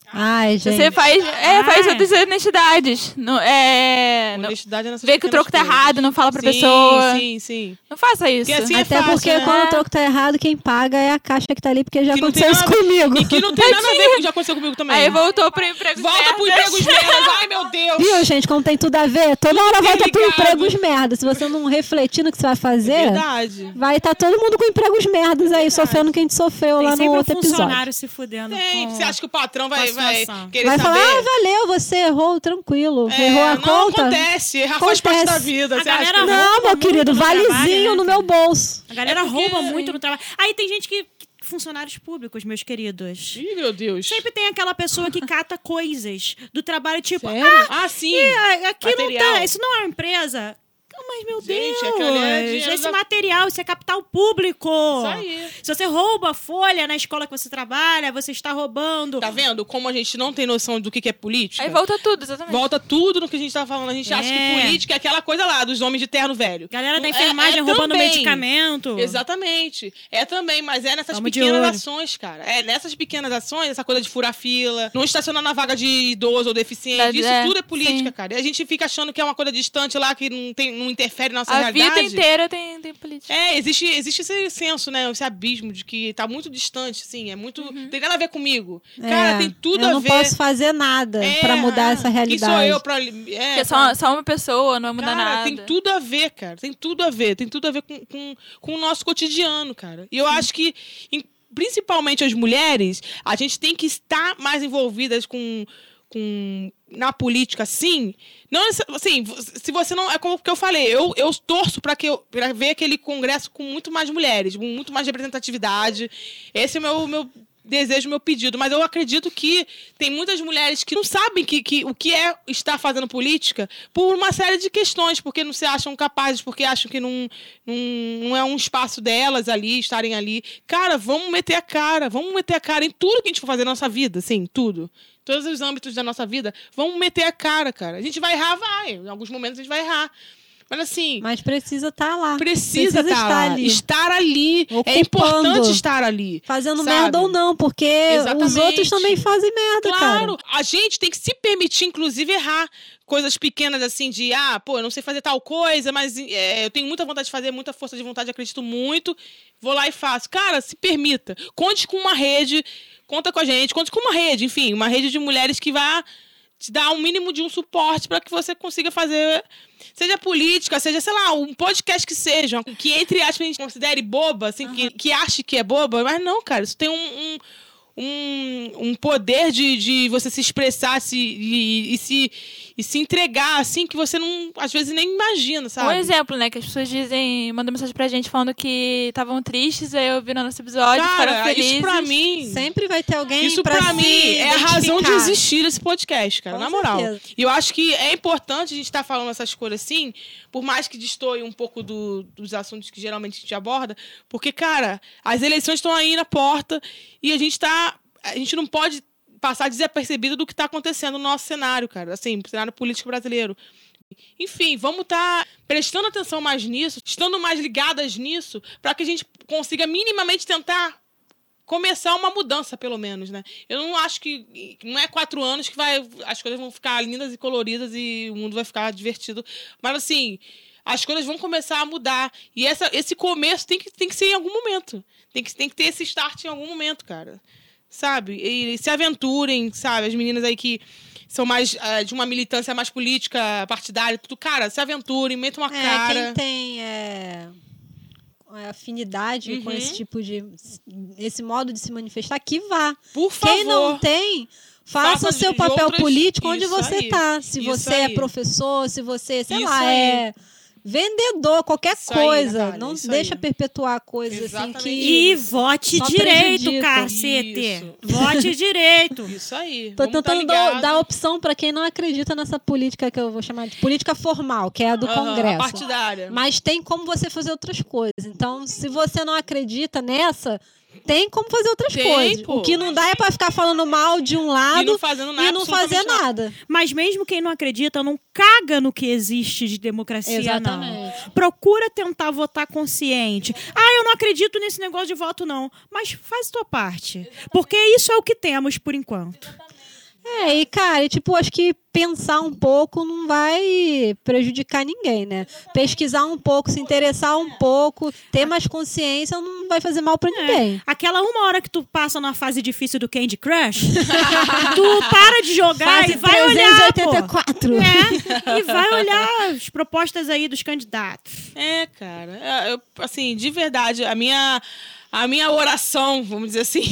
Ai, gente. Você faz, é, Ah, faz é. outras honestidades. Não, é, não, Honestidade é nessas vê que o troco tá pequenas coisas. errado, não fala pra sim, pessoa. Sim, sim. Não faça isso. Porque assim é Até fácil, porque né? quando o troco tá errado, quem paga é a caixa que tá ali, porque já Que não tem aconteceu isso nada a ver- comigo. E que não tem nada a ver com o que já aconteceu comigo também. Aí voltou pro emprego Volta pro empregos merdas. Ai, meu Deus. Viu, gente, como tem tudo a ver? Toda hora volta pro ligado. empregos merda. Se você não refletir no que você vai fazer, Verdade. vai estar todo mundo com empregos merdas aí, sofrendo o que a gente sofreu Tem lá no sempre um outro episódio. funcionário se fudendo. Tem, com... você acha que o patrão vai, com a vai situação. querer Vai saber? falar, ah, valeu, você errou, tranquilo. É, Errou a não, conta? acontece. Errar faz parte Acontece. da vida. A Você acha galera que... rouba Não, meu muito querido, no trabalho, valezinho né, no cara? meu bolso. A galera É porque- rouba muito no trabalho. Aí tem gente que... Funcionários públicos, meus queridos. Ih, meu Deus. Sempre tem aquela pessoa que cata coisas do trabalho, tipo... Sério? Ah, sim. Ah, aqui Material. não tá... Isso não é uma empresa... Mas, meu Gente, Deus, aquele é dinheiro esse da- material, isso é capital público. Isso aí. Se você rouba folha na escola que você trabalha, você está roubando. Tá vendo como a gente não tem noção do que que é política? Aí volta tudo, exatamente. Volta tudo no que a gente tá falando. A gente acha que É. política é aquela coisa lá, dos homens de terno velho. Galera da É- enfermagem é roubando também. medicamento. Exatamente. É também, mas é nessas Tamo de pequenas olho. ações, cara. É nessas pequenas ações, essa coisa de furar fila, não estacionar na vaga de idoso ou deficiente. É, Isso tudo é política, sim. cara. E a gente fica achando que é uma coisa distante lá, que não, tem, não interfere na nossa A realidade. vida inteira tem, tem política. É, existe, existe esse senso, né? Esse abismo de que tá muito distante, assim. É muito. Uhum. Tem nada a ver comigo. Cara, É, tem tudo eu a não ver. posso fazer nada É, pra mudar ah, essa realidade. Quem sou eu pra. É, Porque pra- só, só uma pessoa, não vai mudar cara, nada. tem tudo a ver, cara. Tem tudo a ver. Tem tudo a ver com, com, com o nosso cotidiano, cara. E eu acho que, em- principalmente as mulheres, a gente tem que estar mais envolvidas com. com na política, sim. Não, assim, se você não. É como que eu falei, eu, eu torço para que eu pra ver aquele congresso com muito mais mulheres, com muito mais representatividade. Esse é o meu, meu desejo, meu pedido. Mas eu acredito que tem muitas mulheres que não sabem que, que, o que é estar fazendo política por uma série de questões, porque não se acham capazes, porque acham que não, não, não é um espaço delas ali, estarem ali. Cara, vamos meter a cara, vamos meter a cara em tudo que a gente for fazer na nossa vida, assim, tudo. Todos os âmbitos da nossa vida, vamos meter a cara, cara. A gente vai errar, vai. Em alguns momentos a gente vai errar. Mas assim, Mas precisa estar lá. precisa, estar, estar lá. ali. Estar ali. É Ocupando. importante estar ali. Fazendo sabe? merda ou não, porque Exatamente. os outros também fazem merda, Claro, cara. a gente tem que se permitir, inclusive, errar. Coisas pequenas assim de, ah, pô, eu não sei fazer tal coisa, mas é, eu tenho muita vontade de fazer, muita força de vontade, acredito muito, vou lá e faço. Cara, se permita. Conte com uma rede, conta com a gente, conte com uma rede, enfim, uma rede de mulheres que vai te dar um mínimo de um suporte para que você consiga fazer, seja política, seja, sei lá, um podcast que seja, que entre aspas a gente considere boba, assim, uhum. que, que ache que é boba, mas não, cara, isso tem um... um Um, um poder de, de você se expressar se, e, e, se, e se entregar, assim, que você não, às vezes, nem imagina, sabe? Um exemplo, né, que as pessoas dizem, mandam mensagem pra gente falando que estavam tristes, aí ouviram nosso episódio, Cara, ficaram felizes. isso pra mim... Sempre vai ter alguém Isso pra, pra se mim é a razão de identificar. existir esse podcast, cara, Com na moral. certeza. E eu acho que é importante a gente estar falando essas coisas assim, por mais que destoie um pouco do, dos assuntos que geralmente a gente aborda, porque, cara, as eleições estão aí na porta e a gente tá... A gente não pode passar desapercebido do que está acontecendo no nosso cenário, cara. Assim, no cenário político brasileiro. Enfim, vamos estar tá prestando atenção mais nisso, estando mais ligadas nisso, para que a gente consiga minimamente tentar começar uma mudança, pelo menos, né? Eu não acho que... Não é quatro anos que vai, as coisas vão ficar lindas e coloridas e o mundo vai ficar divertido. Mas, assim... As coisas vão começar a mudar. E essa, esse começo tem que, tem que ser em algum momento. Tem que, tem que ter esse start em algum momento, cara. Sabe? E, e se aventurem, sabe? As meninas aí que são mais uh, de uma militância mais política, partidária, tudo. Cara, se aventurem, metam uma É, cara. quem tem é, afinidade Uhum. com esse tipo de... Esse modo de se manifestar, que vá. Por favor. Quem não tem... Faça, Faça o seu de papel outras- político onde Isso você aí. tá. Se Isso você é aí. professor, se você, sei Isso lá, aí. é vendedor, qualquer Isso aí, coisa. Natália, não isso deixa aí. perpetuar coisas Exatamente. assim E que... vote Só direito, prejudica. cacete. Isso. Vote direito. Isso aí. Tô Vamos tá tentando dar, ligado. dar opção pra quem não acredita nessa política que eu vou chamar de política formal, que é a do Aham, Congresso. a partidária. Mas tem como você fazer outras coisas. Então, se você não acredita nessa, tem como fazer outras Tem, coisas. pô. O que não dá é pra ficar falando mal de um E lado não fazendo nada. e não fazer absolutamente nada. Mas mesmo quem não acredita, não caga no que existe de democracia, Exatamente. não. Procura tentar votar consciente. Ah, eu não acredito nesse negócio de voto, não. Mas faz tua parte. Porque isso é o que temos por enquanto. É, e cara, e, tipo, acho que pensar um pouco não vai prejudicar ninguém, né? Pesquisar um pouco, se interessar um pouco, ter mais consciência não vai fazer mal pra ninguém. Aquela uma hora que tu passa numa fase difícil do Candy Crush, tu para de jogar Fase e vai olhar, trezentos e oitenta e quatro. pô. É, e vai olhar as propostas aí dos candidatos. É, cara. É, eu, assim, de verdade, a minha... A minha oração, vamos dizer assim,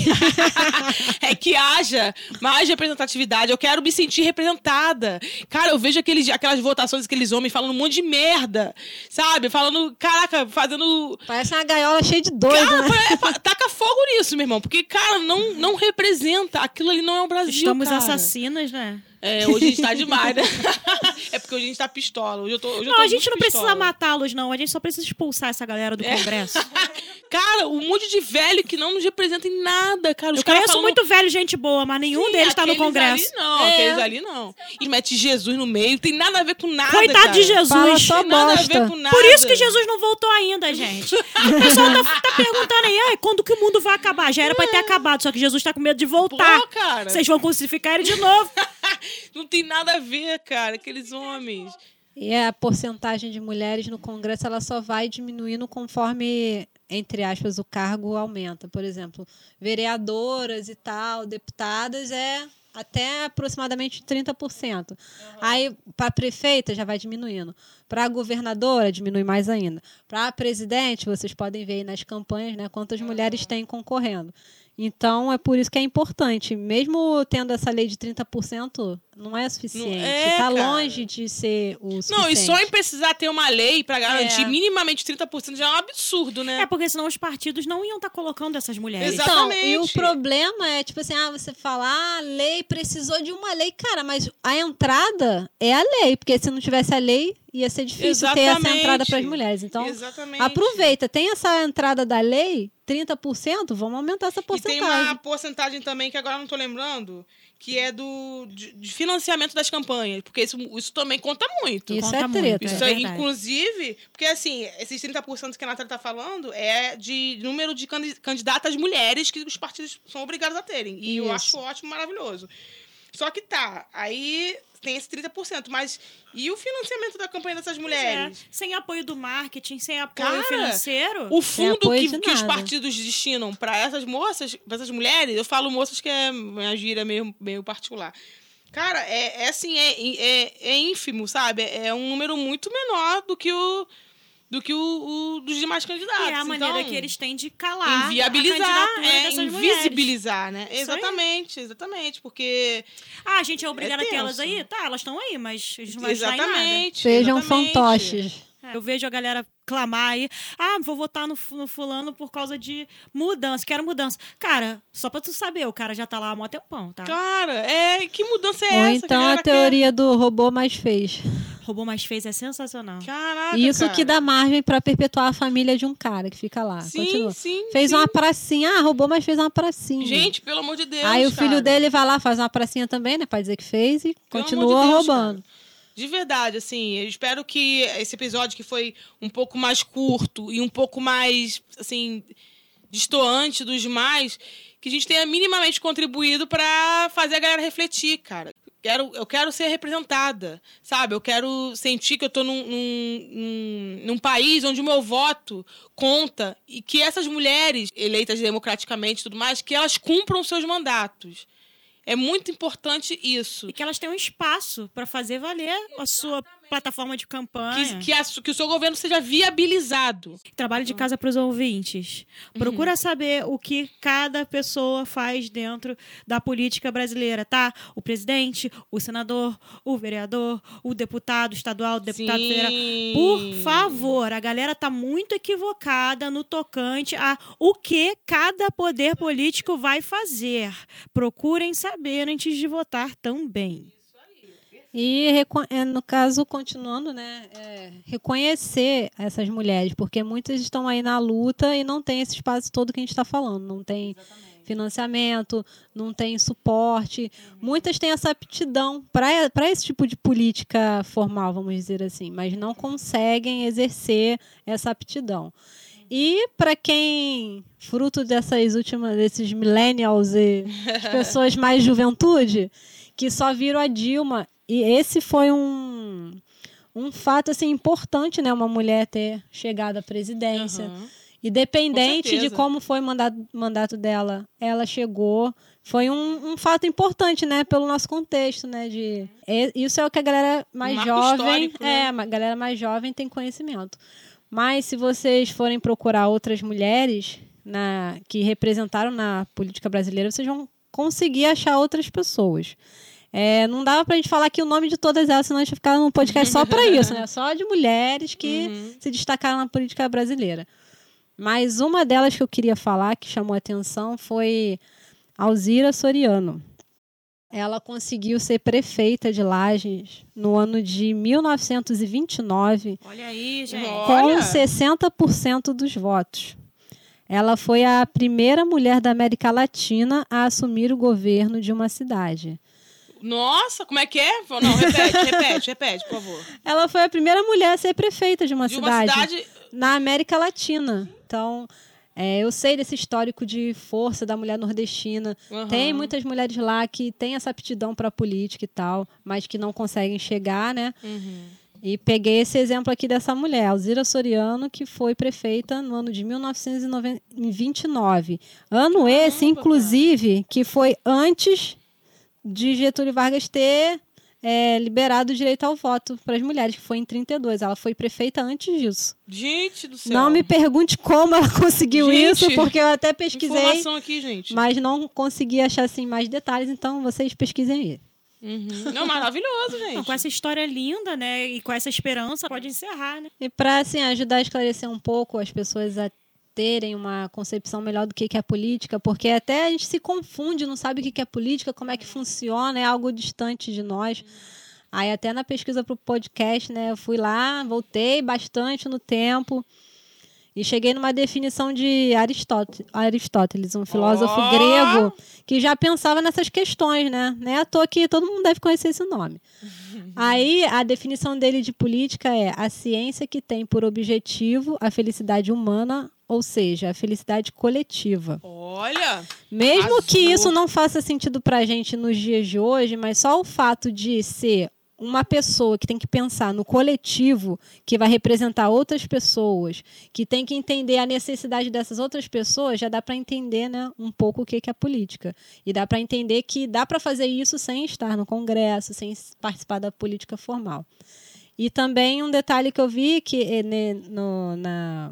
é que haja mais representatividade. Eu quero me sentir representada. Cara, eu vejo aqueles, aquelas votações, aqueles homens falando um monte de merda, sabe? Falando, caraca, fazendo... Parece uma gaiola cheia de doido, Cara, né? é, taca fogo nisso, meu irmão. Porque, cara, não, não representa. Aquilo ali não é o Brasil, Estamos cara. assassinas, né? É, hoje a gente tá demais, né? É porque hoje a gente tá pistola. Hoje eu tô, hoje eu Não, tô a gente muito não precisa pistola. matá-los, não. A gente só precisa expulsar essa galera do Congresso. Cara, um monte de velho que não nos representa em nada, cara. Os Eu caras conheço falam... muito velho, gente boa, mas nenhum Sim, deles tá no aqueles Congresso. Ali não, É. aqueles ali não. E mete Jesus no meio, tem nada a ver com nada, Coitado cara. de Jesus. Fala só Tem nada bosta. a ver com nada. Por isso que Jesus não voltou ainda, gente. O pessoal tá, tá perguntando aí, "Ai, quando que o mundo vai acabar? Já era pra ter acabado, só que Jesus tá com medo de voltar. Pô, cara. Vocês vão crucificar ele de novo. Não tem nada a ver, cara, aqueles homens. E a porcentagem de mulheres no Congresso ela só vai diminuindo conforme, entre aspas, o cargo aumenta. Por exemplo, vereadoras e tal, deputadas é até aproximadamente trinta por cento. Uhum. Aí, para prefeita, já vai diminuindo. Para governadora, diminui mais ainda. Para presidente, vocês podem ver aí nas campanhas, né, quantas uhum. mulheres têm concorrendo. Então, é por isso que é importante. Mesmo tendo essa lei de trinta por cento, não é suficiente. Está é, longe de ser o suficiente. Não, e só em precisar ter uma lei para garantir É. minimamente trinta por cento já é um absurdo, né? É, porque senão os partidos não iam estar colocando essas mulheres. Exato. Então, Exatamente. e o problema é, tipo assim, ah, você fala, ah, a lei precisou de uma lei. Cara, mas a entrada é a lei, porque se não tivesse a lei, ia ser difícil Exatamente. ter essa entrada para as mulheres. Então, Exatamente. aproveita. Tem essa entrada da lei, trinta por cento, vamos aumentar essa E porcentagem. tem uma porcentagem também, que agora eu não tô lembrando, que é do de, de financiamento das campanhas, porque isso, isso também conta muito. Isso Conta é muito, treta. Isso é aí, verdade. inclusive, porque assim, esses trinta por cento que a Natália tá falando é de número de candi- candidatas mulheres que os partidos são obrigados a terem. E eu Isso. acho ótimo, maravilhoso. Só que tá, aí tem esse trinta por cento, mas e o financiamento da campanha dessas É, mulheres? sem apoio do marketing, sem apoio Cara, financeiro. O fundo apoio que, de que os nada. partidos destinam para essas moças, para essas mulheres, eu falo moças que é minha gíria meio, meio particular. Cara, é, é assim, é, é, é ínfimo, sabe? É um número muito menor do que o, do que o, o dos demais candidatos. E é a maneira então, que eles têm de calar inviabilizar, a candidatura é, dessas mulheres. invisibilizar, né? Isso aí. Exatamente, exatamente, porque... Ah, a gente é obrigada É a ter elas tenso. aí? Tá, elas estão aí, mas a gente não vai ajudar em nada. Exatamente. Sejam exatamente. fantoches. É, eu vejo a galera clamar aí, ah, vou votar no, fu- no fulano por causa de mudança, quero mudança. Cara, só pra tu saber, o cara já tá lá há mó tempão, tá? Cara, é, que mudança é Ou essa? que então a galera quer? teoria do robô mais fez. Robô mais fez é sensacional. Caraca, Isso cara. que dá margem para perpetuar a família de um cara que fica lá. Sim, Continua. sim, Fez sim. uma pracinha. Ah, roubou, mas fez uma pracinha. Gente, pelo amor de Deus, Aí o filho cara. dele vai lá, faz uma pracinha também, né? Pra dizer que fez e Pelo continua amor de Deus, roubando. cara. De verdade, assim, eu espero que esse episódio que foi um pouco mais curto e um pouco mais, assim, destoante dos demais, que a gente tenha minimamente contribuído para fazer a galera refletir, cara. Quero, eu quero ser representada, sabe? Eu quero sentir que eu tô num, num, num, num país onde o meu voto conta e que essas mulheres eleitas democraticamente e tudo mais, que elas cumpram seus mandatos. É muito importante isso. E que elas tenham espaço pra fazer valer a sua plataforma de campanha. Que, que, a- que o seu governo seja viabilizado. Trabalho de casa para os ouvintes. Procura saber o que cada pessoa faz dentro da política brasileira, tá? O presidente, o senador, o vereador, o deputado estadual, o deputado Sim. federal. Por favor, a galera tá muito equivocada no tocante a o que cada poder político vai fazer. Procurem saber antes de votar também. E, reco- é, no caso, continuando, né, é, reconhecer essas mulheres, porque muitas estão aí na luta e não tem esse espaço todo que a gente está falando. Não tem financiamento, não tem suporte. Muitas têm essa aptidão para esse tipo de política formal, vamos dizer assim, mas não conseguem exercer essa aptidão. E para quem, fruto dessas últimas, desses millennials e as pessoas mais juventude, que só viram a Dilma, e esse foi um, um fato assim, importante, né? Uma mulher ter chegado à presidência. Uhum. Independente Com de como foi o mandato, mandato dela, ela chegou. Foi um, um fato importante, né? Pelo nosso contexto, né? De, é, isso é o que a galera mais Marco jovem... histórico, né? É, a galera mais jovem tem conhecimento. Mas se vocês forem procurar outras mulheres na, que representaram na política brasileira, vocês vão conseguir achar outras pessoas. É, não dava pra gente falar aqui o nome de todas elas, senão a gente ia ficar num podcast só para isso, né? Só de mulheres que Uhum. se destacaram na política brasileira. Mas uma delas que eu queria falar, que chamou a atenção, foi Alzira Soriano. Ela conseguiu ser prefeita de Lages no ano de mil novecentos e vinte e nove, Olha aí, gente. Olha. com sessenta por cento dos votos. Ela foi a primeira mulher da América Latina a assumir o governo de uma cidade. Nossa, como é que é? Não, repete, repete, repete, por favor. Ela foi a primeira mulher a ser prefeita de uma De uma cidade, cidade... na América Latina. Então, é, eu sei desse histórico de força da mulher nordestina. Uhum. Tem muitas mulheres lá que têm essa aptidão para a política e tal, mas que não conseguem chegar, né? Uhum. E peguei esse exemplo aqui dessa mulher, Alzira Soriano, que foi prefeita no ano de mil novecentos e vinte e nove. Ano Caramba, esse, inclusive, que foi antes de Getúlio Vargas ter é, liberado o direito ao voto para as mulheres, que foi em trinta e dois. Ela foi prefeita antes disso. Gente do céu. Não me pergunte como ela conseguiu Gente, isso, porque eu até pesquisei, Informação aqui, gente. mas não consegui achar assim, mais detalhes, então vocês pesquisem aí. Uhum. Não, maravilhoso, gente. Não, com essa história linda, né? E com essa esperança, pode encerrar, né? E para assim, ajudar a esclarecer um pouco as pessoas a terem uma concepção melhor do que é política, porque até a gente se confunde, não sabe o que é política, como é que funciona, é algo distante de nós. Aí até na pesquisa para o podcast, né, eu fui lá, voltei bastante no tempo e cheguei numa definição de Aristóteles, Aristóteles um filósofo Oh! grego que já pensava nessas questões, né? Não é à toa que todo mundo deve conhecer esse nome. Aí, a definição dele de política é a ciência que tem por objetivo a felicidade humana, ou seja, a felicidade coletiva. Olha! Mesmo Arrasou. que isso não faça sentido pra gente nos dias de hoje, mas só o fato de ser uma pessoa que tem que pensar no coletivo, que vai representar outras pessoas, que tem que entender a necessidade dessas outras pessoas, já dá para entender, né, um pouco o que é a política. E dá para entender que dá para fazer isso sem estar no Congresso, sem participar da política formal. E também um detalhe que eu vi que né, no, na,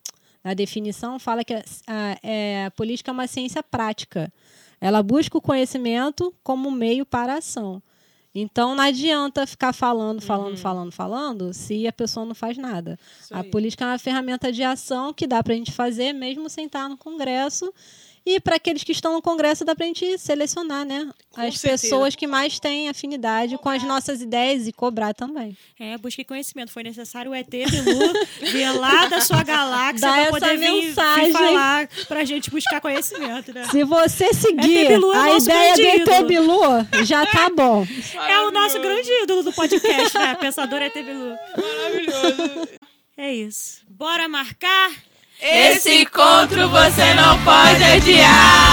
na definição fala que a, a, é, a política é uma ciência prática. Ela busca o conhecimento como meio para a ação. Então, não adianta ficar falando, falando, uhum. falando, falando, se a pessoa não faz nada. A política é uma ferramenta de ação que dá para a gente fazer, mesmo sem estar no Congresso. E para aqueles que estão no Congresso, dá para a gente selecionar, né? Com as certeza. pessoas que mais têm afinidade com as nossas ideias e cobrar também. É, busque conhecimento. Foi necessário o E T Bilu vir lá da sua galáxia Dá para essa poder vir, mensagem. vir falar pra gente buscar conhecimento, né? Se você seguir E T Bilu é a nosso ideia do grande E T ídolo. Bilu, já tá bom. É o nosso grande ídolo do podcast, né? Pensador E T Bilu. Maravilhoso. É isso. Bora marcar? Esse encontro você não pode adiar.